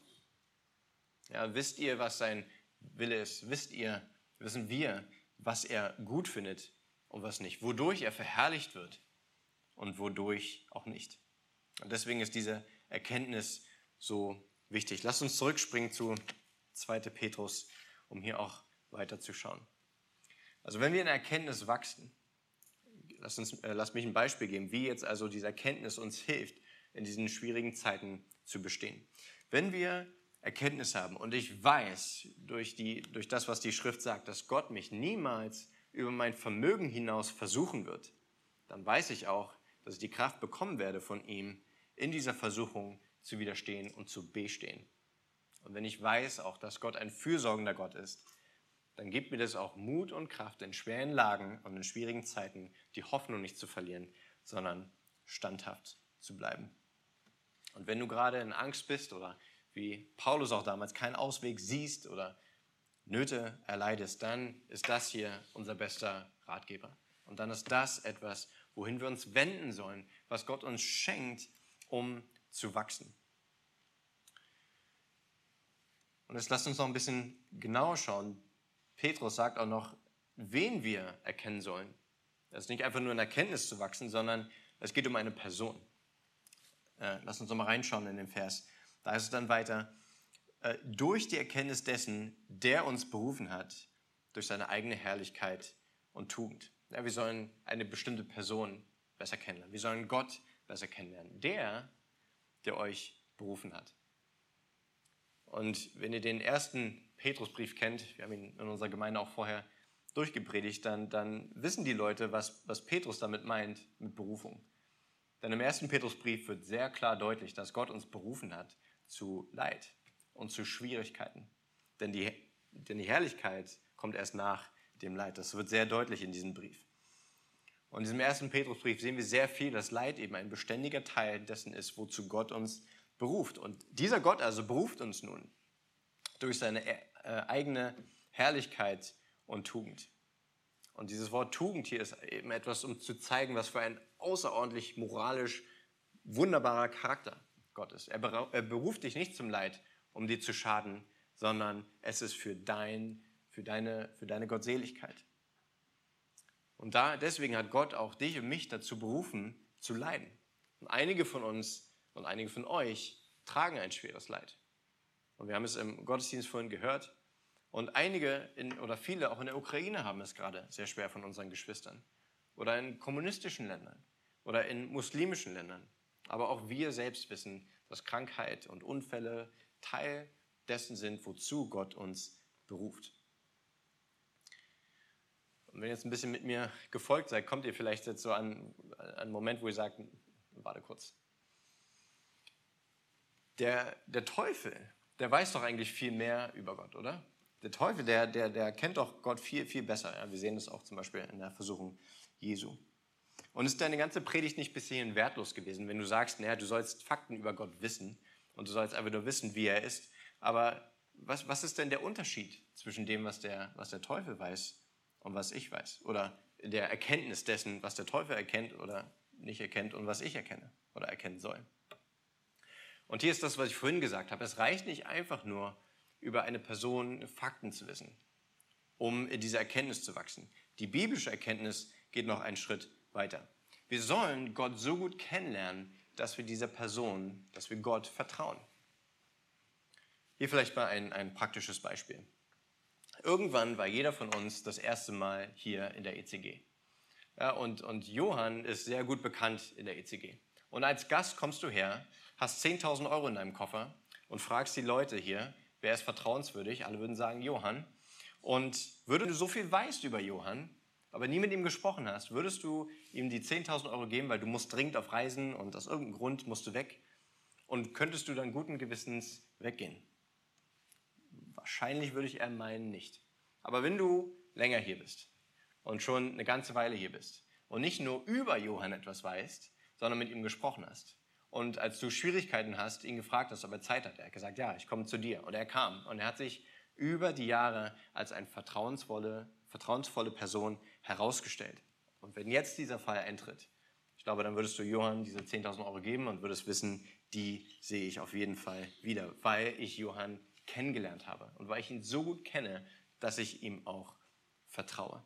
Ja, wisst ihr, was sein Wille ist? Wisst ihr, wissen wir, was er gut findet und was nicht? Wodurch er verherrlicht wird und wodurch auch nicht. Und deswegen ist diese Erkenntnis so wichtig. Lasst uns zurückspringen zu zweiten Petrus, um hier auch weiterzuschauen. Also wenn wir in der Erkenntnis wachsen, lasst, uns, äh, lasst mich ein Beispiel geben, wie jetzt also diese Erkenntnis uns hilft, in diesen schwierigen Zeiten zu bestehen. Wenn wir Erkenntnis haben und ich weiß durch, die, durch das, was die Schrift sagt, dass Gott mich niemals über mein Vermögen hinaus versuchen wird, dann weiß ich auch, dass ich die Kraft bekommen werde von ihm, in dieser Versuchung zu widerstehen und zu bestehen. Und wenn ich weiß auch, dass Gott ein fürsorgender Gott ist, dann gibt mir das auch Mut und Kraft, in schweren Lagen und in schwierigen Zeiten die Hoffnung nicht zu verlieren, sondern standhaft zu bleiben. Und wenn du gerade in Angst bist oder wie Paulus auch damals keinen Ausweg siehst oder Nöte erleidest, dann ist das hier unser bester Ratgeber. Und dann ist das etwas, wohin wir uns wenden sollen, was Gott uns schenkt, um zu wachsen. Und jetzt lasst uns noch ein bisschen genauer schauen. Petrus sagt auch noch, wen wir erkennen sollen. Es ist nicht einfach nur in Erkenntnis zu wachsen, sondern es geht um eine Person. Äh, lasst uns noch mal reinschauen in den Vers. Da ist es dann weiter, äh, durch die Erkenntnis dessen, der uns berufen hat, durch seine eigene Herrlichkeit und Tugend. Ja, wir sollen eine bestimmte Person besser kennenlernen. Wir sollen Gott besser kennenlernen. Der, der euch berufen hat. Und wenn ihr den ersten Petrusbrief kennt, wir haben ihn in unserer Gemeinde auch vorher durchgepredigt, dann, dann wissen die Leute, was, was Petrus damit meint mit Berufung. Denn im ersten Petrusbrief wird sehr klar deutlich, dass Gott uns berufen hat zu Leid und zu Schwierigkeiten. Denn die, denn die Herrlichkeit kommt erst nach dem Leid. Das wird sehr deutlich in diesem Brief. Und in diesem ersten Petrusbrief sehen wir sehr viel, dass Leid eben ein beständiger Teil dessen ist, wozu Gott uns beruft. Und dieser Gott also beruft uns nun durch seine äh, eigene Herrlichkeit und Tugend. Und dieses Wort Tugend hier ist eben etwas, um zu zeigen, was für ein außerordentlich moralisch wunderbarer Charakter Gott ist. Er beruft dich nicht zum Leid, um dir zu schaden, sondern es ist für, dein, für, deine, für deine Gottseligkeit. Und da, deswegen hat Gott auch dich und mich dazu berufen, zu leiden. Und einige von uns und einige von euch tragen ein schweres Leid. Und wir haben es im Gottesdienst vorhin gehört. Und einige in, oder viele auch in der Ukraine haben es gerade sehr schwer von unseren Geschwistern. Oder in kommunistischen Ländern oder in muslimischen Ländern. Aber auch wir selbst wissen, dass Krankheit und Unfälle Teil dessen sind, wozu Gott uns beruft. Und wenn ihr jetzt ein bisschen mit mir gefolgt seid, kommt ihr vielleicht jetzt so an, an einen Moment, wo ihr sagt, warte kurz. Der, der Teufel, der weiß doch eigentlich viel mehr über Gott, oder? Der Teufel, der, der, der kennt doch Gott viel, viel besser. Ja, wir sehen das auch zum Beispiel in der Versuchung Jesu. Und ist deine ganze Predigt nicht bis hierhin wertlos gewesen, wenn du sagst, naja, du sollst Fakten über Gott wissen und du sollst einfach nur wissen, wie er ist. Aber was, was ist denn der Unterschied zwischen dem, was der, was der Teufel weiß und was ich weiß? Oder der Erkenntnis dessen, was der Teufel erkennt oder nicht erkennt und was ich erkenne oder erkennen soll? Und hier ist das, was ich vorhin gesagt habe. Es reicht nicht einfach nur, über eine Person Fakten zu wissen, um in diese Erkenntnis zu wachsen. Die biblische Erkenntnis geht noch einen Schritt weiter. Wir sollen Gott so gut kennenlernen, dass wir dieser Person, dass wir Gott vertrauen. Hier vielleicht mal ein, ein praktisches Beispiel. Irgendwann war jeder von uns das erste Mal hier in der E C G. Ja, und, und Johann ist sehr gut bekannt in der E C G. Und als Gast kommst du her, hast zehntausend Euro in deinem Koffer und fragst die Leute hier, wer ist vertrauenswürdig? Alle würden sagen Johann. Und würdest du so viel weißt über Johann, aber nie mit ihm gesprochen hast, würdest du ihm die zehntausend Euro geben, weil du musst dringend auf Reisen und aus irgendeinem Grund musst du weg? Und könntest du dann guten Gewissens weggehen? Wahrscheinlich würde ich eher meinen, nicht. Aber wenn du länger hier bist und schon eine ganze Weile hier bist und nicht nur über Johann etwas weißt, sondern mit ihm gesprochen hast, und als du Schwierigkeiten hast, ihn gefragt hast, ob er Zeit hat, er hat gesagt, ja, ich komme zu dir. Und er kam. Und er hat sich über die Jahre als eine vertrauensvolle, vertrauensvolle Person herausgestellt. Und wenn jetzt dieser Fall eintritt, ich glaube, dann würdest du Johann diese zehntausend Euro geben und würdest wissen, die sehe ich auf jeden Fall wieder, weil ich Johann kennengelernt habe und weil ich ihn so gut kenne, dass ich ihm auch vertraue.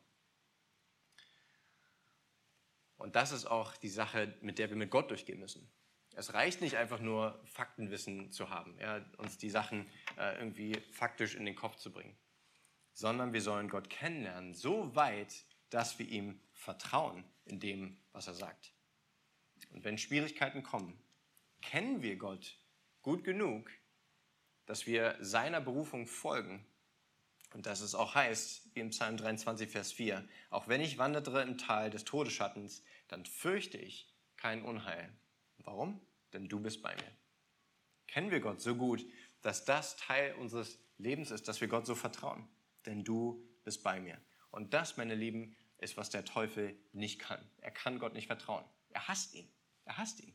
Und das ist auch die Sache, mit der wir mit Gott durchgehen müssen. Es reicht nicht einfach nur Faktenwissen zu haben, ja, uns die Sachen äh, irgendwie faktisch in den Kopf zu bringen, sondern wir sollen Gott kennenlernen, so weit, dass wir ihm vertrauen in dem, was er sagt. Und wenn Schwierigkeiten kommen, kennen wir Gott gut genug, dass wir seiner Berufung folgen Und dass es auch heißt, wie im Psalm dreiundzwanzig, Vers vier, auch wenn ich wandere im Tal des Todesschattens, dann fürchte ich kein Unheil. Warum? Denn du bist bei mir. Kennen wir Gott so gut, dass das Teil unseres Lebens ist, dass wir Gott so vertrauen. Denn du bist bei mir. Und das, meine Lieben, ist, was der Teufel nicht kann. Er kann Gott nicht vertrauen. Er hasst ihn. Er hasst ihn.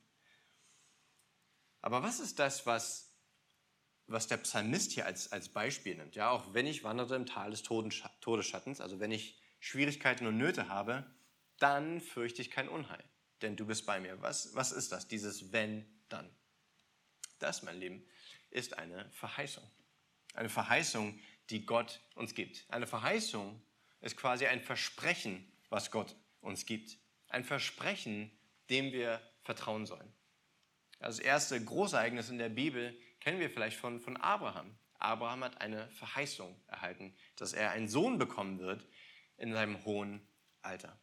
Aber was ist das, was, was der Psalmist hier als, als Beispiel nimmt? Ja, auch wenn ich wandere im Tal des Todesschattens, also wenn ich Schwierigkeiten und Nöte habe, dann fürchte ich kein Unheil. Denn du bist bei mir. Was, was ist das, dieses wenn, dann? Das, mein Lieben, ist eine Verheißung. Eine Verheißung, die Gott uns gibt. Eine Verheißung ist quasi ein Versprechen, was Gott uns gibt. Ein Versprechen, dem wir vertrauen sollen. Das erste Großereignis in der Bibel kennen wir vielleicht von, von Abraham. Abraham hat eine Verheißung erhalten, dass er einen Sohn bekommen wird in seinem hohen Alter.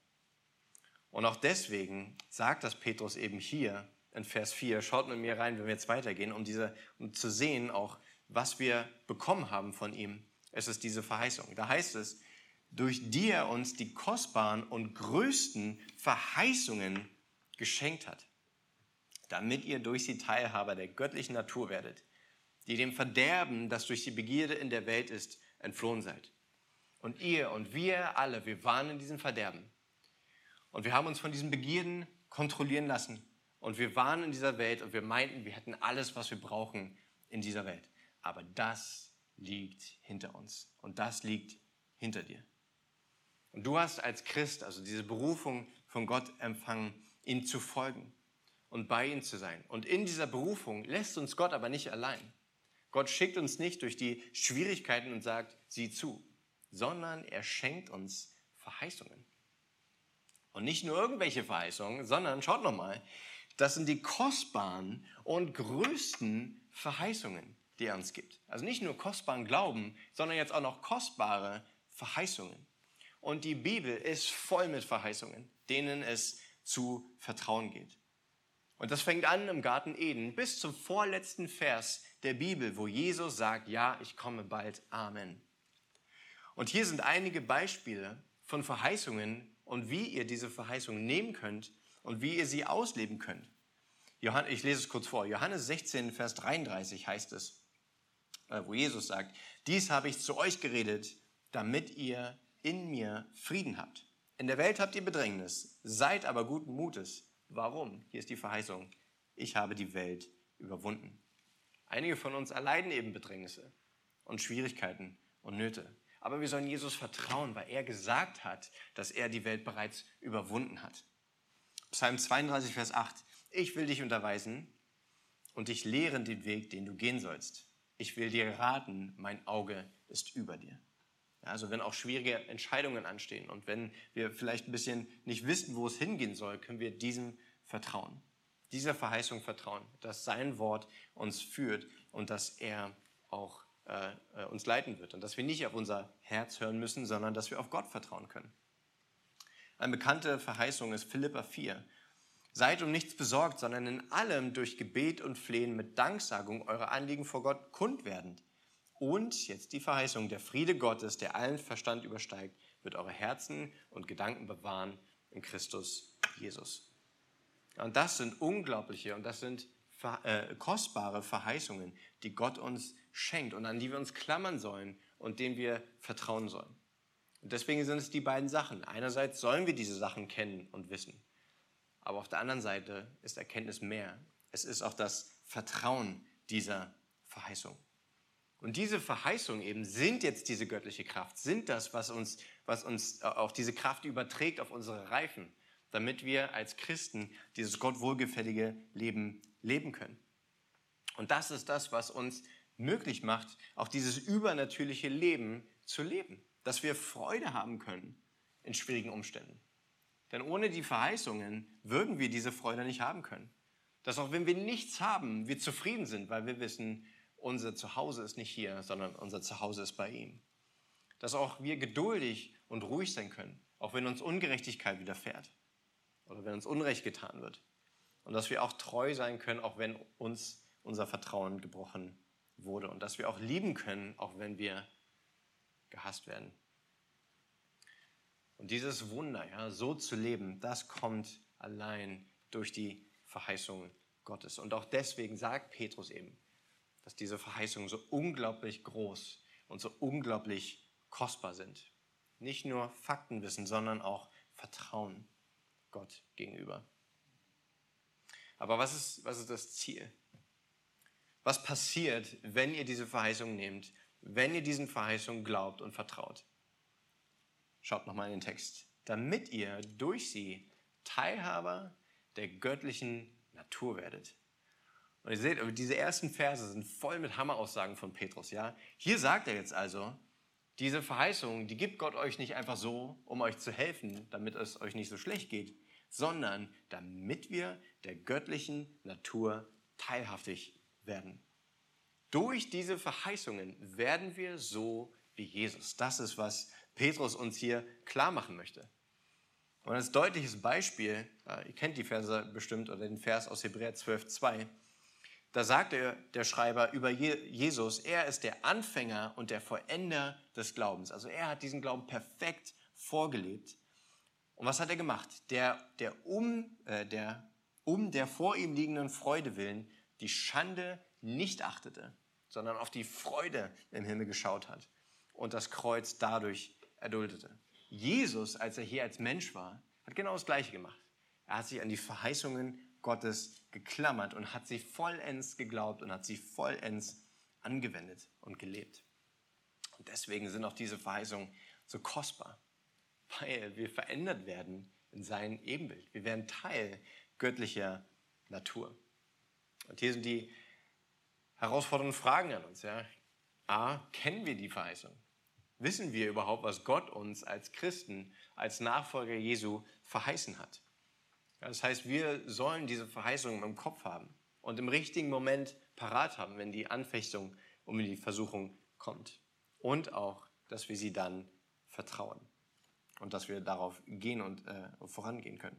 Und auch deswegen sagt das Petrus eben hier in Vers vier, schaut mit mir rein, wenn wir jetzt weitergehen, um, diese, um zu sehen auch, was wir bekommen haben von ihm. Es ist diese Verheißung. Da heißt es, durch die er uns die kostbaren und größten Verheißungen geschenkt hat, damit ihr durch sie Teilhaber der göttlichen Natur werdet, die dem Verderben, das durch die Begierde in der Welt ist, entflohen seid. Und ihr und wir alle, wir waren in diesem Verderben. Und wir haben uns von diesen Begierden kontrollieren lassen. Und wir waren in dieser Welt und wir meinten, wir hätten alles, was wir brauchen in dieser Welt. Aber das liegt hinter uns und das liegt hinter dir. Und du hast als Christ also diese Berufung von Gott empfangen, ihm zu folgen und bei ihm zu sein. Und in dieser Berufung lässt uns Gott aber nicht allein. Gott schickt uns nicht durch die Schwierigkeiten und sagt, sieh zu, sondern er schenkt uns Verheißungen. Und nicht nur irgendwelche Verheißungen, sondern, schaut nochmal, das sind die kostbaren und größten Verheißungen, die er uns gibt. Also nicht nur kostbaren Glauben, sondern jetzt auch noch kostbare Verheißungen. Und die Bibel ist voll mit Verheißungen, denen es zu vertrauen geht. Und das fängt an im Garten Eden bis zum vorletzten Vers der Bibel, wo Jesus sagt, ja, ich komme bald, Amen. Und hier sind einige Beispiele von Verheißungen und wie ihr diese Verheißungen nehmen könnt und wie ihr sie ausleben könnt. Johann, ich lese es kurz vor. Johannes sechzehn, Vers dreiunddreißig heißt es, wo Jesus sagt, dies habe ich zu euch geredet, damit ihr in mir Frieden habt. In der Welt habt ihr Bedrängnis, seid aber guten Mutes. Warum? Hier ist die Verheißung. Ich habe die Welt überwunden. Einige von uns erleiden eben Bedrängnisse und Schwierigkeiten und Nöte. Aber wir sollen Jesus vertrauen, weil er gesagt hat, dass er die Welt bereits überwunden hat. Psalm zweiunddreißig, Vers acht. Ich will dich unterweisen und dich lehren den Weg, den du gehen sollst. Ich will dir raten, mein Auge ist über dir. Ja, also wenn auch schwierige Entscheidungen anstehen und wenn wir vielleicht ein bisschen nicht wissen, wo es hingehen soll, können wir diesem vertrauen. Dieser Verheißung vertrauen, dass sein Wort uns führt und dass er auch äh, uns leiten wird. Und dass wir nicht auf unser Herz hören müssen, sondern dass wir auf Gott vertrauen können. Eine bekannte Verheißung ist Philipper vier. Seid um nichts besorgt, sondern in allem durch Gebet und Flehen mit Danksagung eure Anliegen vor Gott kund werdend. Und jetzt die Verheißung, der Friede Gottes, der allen Verstand übersteigt, wird eure Herzen und Gedanken bewahren in Christus Jesus. Und das sind unglaubliche und das sind äh, kostbare Verheißungen, die Gott uns schenkt und an die wir uns klammern sollen und denen wir vertrauen sollen. Und deswegen sind es die beiden Sachen. Einerseits sollen wir diese Sachen kennen und wissen. Aber auf der anderen Seite ist Erkenntnis mehr. Es ist auch das Vertrauen dieser Verheißung. Und diese Verheißungen eben sind jetzt diese göttliche Kraft, sind das, was uns, was uns auch diese Kraft überträgt auf unsere Reifen, damit wir als Christen dieses Gott wohlgefällige Leben leben können. Und das ist das, was uns möglich macht, auch dieses übernatürliche Leben zu leben, dass wir Freude haben können in schwierigen Umständen. Denn ohne die Verheißungen würden wir diese Freude nicht haben können. Dass auch wenn wir nichts haben, wir zufrieden sind, weil wir wissen, unser Zuhause ist nicht hier, sondern unser Zuhause ist bei ihm. Dass auch wir geduldig und ruhig sein können, auch wenn uns Ungerechtigkeit widerfährt oder wenn uns Unrecht getan wird. Und dass wir auch treu sein können, auch wenn uns unser Vertrauen gebrochen wurde. Und dass wir auch lieben können, auch wenn wir gehasst werden. Und dieses Wunder, ja, so zu leben, das kommt allein durch die Verheißungen Gottes. Und auch deswegen sagt Petrus eben, dass diese Verheißungen so unglaublich groß und so unglaublich kostbar sind. Nicht nur Faktenwissen, sondern auch Vertrauen Gott gegenüber. Aber was ist, was ist das Ziel? Was passiert, wenn ihr diese Verheißung nehmt, wenn ihr diesen Verheißungen glaubt und vertraut? Schaut nochmal in den Text. Damit ihr durch sie Teilhaber der göttlichen Natur werdet. Und ihr seht, diese ersten Verse sind voll mit Hammeraussagen von Petrus. Ja? Hier sagt er jetzt also, diese Verheißung, die gibt Gott euch nicht einfach so, um euch zu helfen, damit es euch nicht so schlecht geht, sondern damit wir der göttlichen Natur teilhaftig werden. Durch diese Verheißungen werden wir so wie Jesus. Das ist, was Petrus uns hier klar machen möchte. Und als deutliches Beispiel, ihr kennt die Verse bestimmt oder den Vers aus Hebräer zwölf, zwei, da sagt er, der Schreiber über Jesus, er ist der Anfänger und der Vollender des Glaubens. Also er hat diesen Glauben perfekt vorgelebt. Und was hat er gemacht? Der, der, um, äh, der um der vor ihm liegenden Freude willen die Schande nicht achtete, sondern auf die Freude im Himmel geschaut hat und das Kreuz dadurch erduldete. Jesus, als er hier als Mensch war, hat genau das Gleiche gemacht. Er hat sich an die Verheißungen Gottes geklammert und hat sie vollends geglaubt und hat sie vollends angewendet und gelebt. Und deswegen sind auch diese Verheißungen so kostbar, weil wir verändert werden in sein Ebenbild. Wir werden Teil göttlicher Natur. Und hier sind die herausfordernden Fragen an uns. Ja. A, kennen wir die Verheißung? Wissen wir überhaupt, was Gott uns als Christen, als Nachfolger Jesu verheißen hat? Das heißt, wir sollen diese Verheißungen im Kopf haben und im richtigen Moment parat haben, wenn die Anfechtung und die Versuchung kommt. Und auch, dass wir sie dann vertrauen und dass wir darauf gehen und äh, vorangehen können.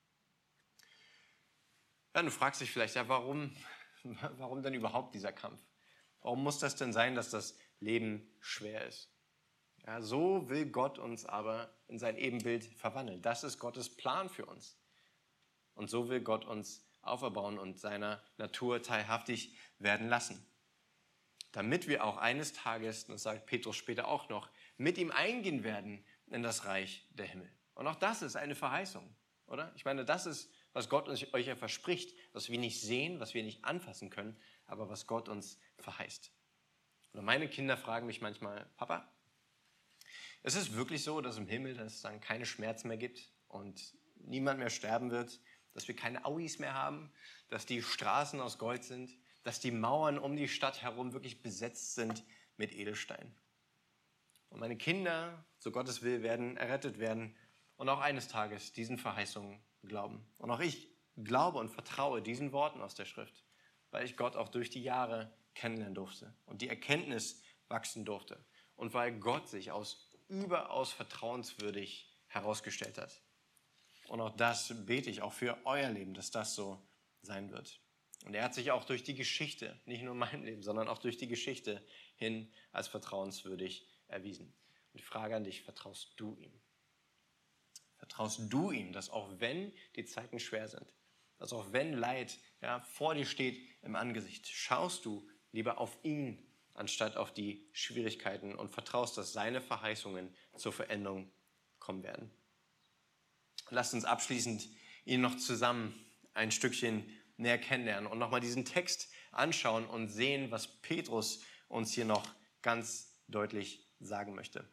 Ja, du fragst dich vielleicht, ja, warum, warum denn überhaupt dieser Kampf? Warum muss das denn sein, dass das Leben schwer ist? Ja, so will Gott uns aber in sein Ebenbild verwandeln. Das ist Gottes Plan für uns. Und so will Gott uns auferbauen und seiner Natur teilhaftig werden lassen. Damit wir auch eines Tages, das sagt Petrus später auch noch, mit ihm eingehen werden in das Reich der Himmel. Und auch das ist eine Verheißung, oder? Ich meine, das ist, was Gott uns, euch ja verspricht, was wir nicht sehen, was wir nicht anfassen können, aber was Gott uns verheißt. Und meine Kinder fragen mich manchmal, Papa, ist es wirklich so, dass im Himmel es dann keine Schmerzen mehr gibt und niemand mehr sterben wird, dass wir keine Auis mehr haben, dass die Straßen aus Gold sind, dass die Mauern um die Stadt herum wirklich besetzt sind mit Edelstein. Und meine Kinder, so Gottes Will, werden errettet werden und auch eines Tages diesen Verheißungen glauben. Und auch ich glaube und vertraue diesen Worten aus der Schrift, weil ich Gott auch durch die Jahre kennenlernen durfte und die Erkenntnis wachsen durfte und weil Gott sich als überaus vertrauenswürdig herausgestellt hat. Und auch das bete ich auch für euer Leben, dass das so sein wird. Und er hat sich auch durch die Geschichte, nicht nur in meinem Leben, sondern auch durch die Geschichte hin als vertrauenswürdig erwiesen. Und die Frage an dich, vertraust du ihm? Vertraust du ihm, dass auch wenn die Zeiten schwer sind, dass auch wenn Leid ja, vor dir steht im Angesicht, schaust du lieber auf ihn, anstatt auf die Schwierigkeiten und vertraust, dass seine Verheißungen zur Veränderung kommen werden. Lasst uns abschließend ihn noch zusammen ein Stückchen näher kennenlernen und nochmal diesen Text anschauen und sehen, was Petrus uns hier noch ganz deutlich sagen möchte.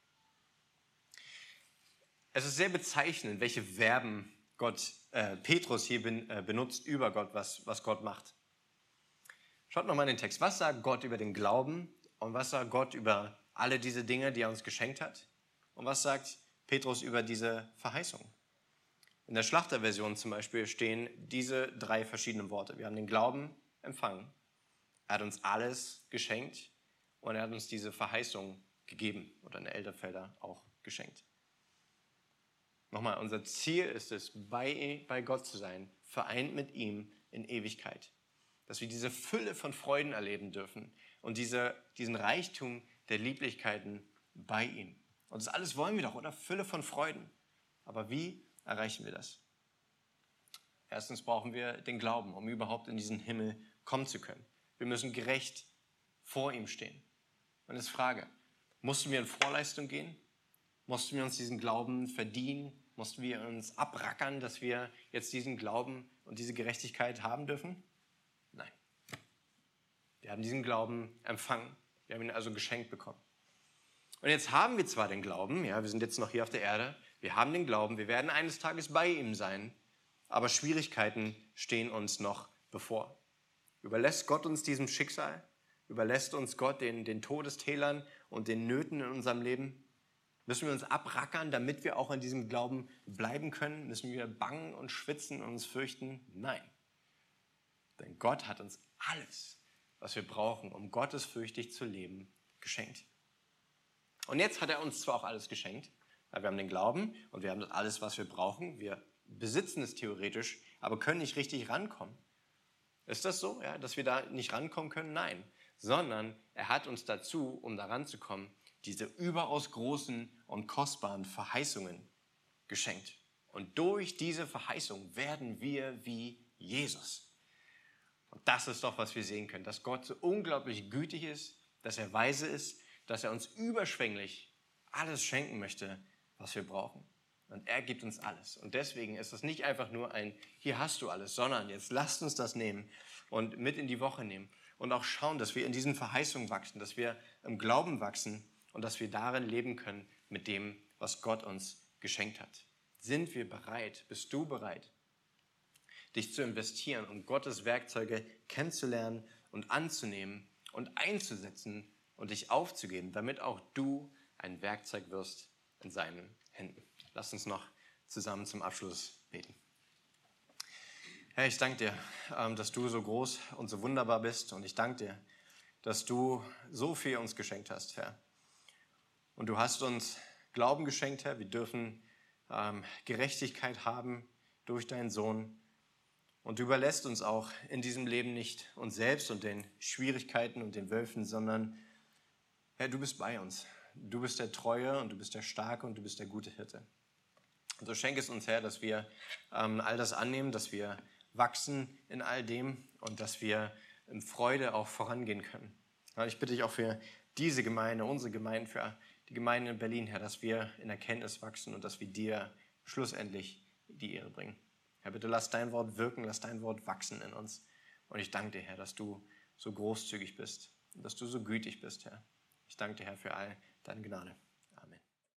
Es ist sehr bezeichnend, welche Verben Gott, äh, Petrus hier ben, äh, benutzt über Gott, was, was Gott macht. Schaut nochmal in den Text. Was sagt Gott über den Glauben und was sagt Gott über alle diese Dinge, die er uns geschenkt hat? Und was sagt Petrus über diese Verheißung? In der Schlachterversion zum Beispiel stehen diese drei verschiedenen Worte. Wir haben den Glauben empfangen, er hat uns alles geschenkt und er hat uns diese Verheißung gegeben oder in der Elberfelder auch geschenkt. Nochmal, unser Ziel ist es, bei, bei Gott zu sein, vereint mit ihm in Ewigkeit. Dass wir diese Fülle von Freuden erleben dürfen und diese, diesen Reichtum der Lieblichkeiten bei ihm. Und das alles wollen wir doch, oder? Fülle von Freuden. Aber wie erreichen wir das? Erstens brauchen wir den Glauben, um überhaupt in diesen Himmel kommen zu können. Wir müssen gerecht vor ihm stehen. Und jetzt Frage, mussten wir in Vorleistung gehen? Mussten wir uns diesen Glauben verdienen? Mussten wir uns abrackern, dass wir jetzt diesen Glauben und diese Gerechtigkeit haben dürfen? Nein. Wir haben diesen Glauben empfangen. Wir haben ihn also geschenkt bekommen. Und jetzt haben wir zwar den Glauben, ja, wir sind jetzt noch hier auf der Erde, wir haben den Glauben, wir werden eines Tages bei ihm sein, aber Schwierigkeiten stehen uns noch bevor. Überlässt Gott uns diesem Schicksal? Überlässt uns Gott den, den Todestälern und den Nöten in unserem Leben? Müssen wir uns abrackern, damit wir auch in diesem Glauben bleiben können? Müssen wir bangen und schwitzen und uns fürchten? Nein. Denn Gott hat uns alles, was wir brauchen, um gottesfürchtig zu leben, geschenkt. Und jetzt hat er uns zwar auch alles geschenkt, weil wir haben den Glauben und wir haben alles, was wir brauchen. Wir besitzen es theoretisch, aber können nicht richtig rankommen. Ist das so, ja, dass wir da nicht rankommen können? Nein, sondern er hat uns dazu, um da ranzukommen, diese überaus großen und kostbaren Verheißungen geschenkt. Und durch diese Verheißung werden wir wie Jesus. Und das ist doch, was wir sehen können, dass Gott so unglaublich gütig ist, dass er weise ist, dass er uns überschwänglich alles schenken möchte, was wir brauchen. Und er gibt uns alles. Und deswegen ist es nicht einfach nur ein, hier hast du alles, sondern jetzt lasst uns das nehmen und mit in die Woche nehmen. Und auch schauen, dass wir in diesen Verheißungen wachsen, dass wir im Glauben wachsen und dass wir darin leben können mit dem, was Gott uns geschenkt hat. Sind wir bereit? Bist du bereit, dich zu investieren, um Gottes Werkzeuge kennenzulernen und anzunehmen und einzusetzen und dich aufzugeben, damit auch du ein Werkzeug wirst in seinen Händen? Lass uns noch zusammen zum Abschluss beten. Herr, ich danke dir, dass du so groß und so wunderbar bist. Und ich danke dir, dass du so viel uns geschenkt hast, Herr. Und du hast uns Glauben geschenkt, Herr. Wir dürfen ähm, Gerechtigkeit haben durch deinen Sohn. Und du überlässt uns auch in diesem Leben nicht uns selbst und den Schwierigkeiten und den Wölfen, sondern, Herr, du bist bei uns. Du bist der Treue und du bist der Starke und du bist der gute Hirte. Und so schenk es uns, Herr, dass wir ähm, all das annehmen, dass wir wachsen in all dem und dass wir in Freude auch vorangehen können. Ja, ich bitte dich auch für diese Gemeinde, unsere Gemeinden, für die Gemeinde in Berlin, Herr, dass wir in Erkenntnis wachsen und dass wir dir schlussendlich die Ehre bringen. Herr, bitte lass dein Wort wirken, lass dein Wort wachsen in uns. Und ich danke dir, Herr, dass du so großzügig bist und dass du so gütig bist, Herr. Ich danke dir, Herr, für all deine Gnade.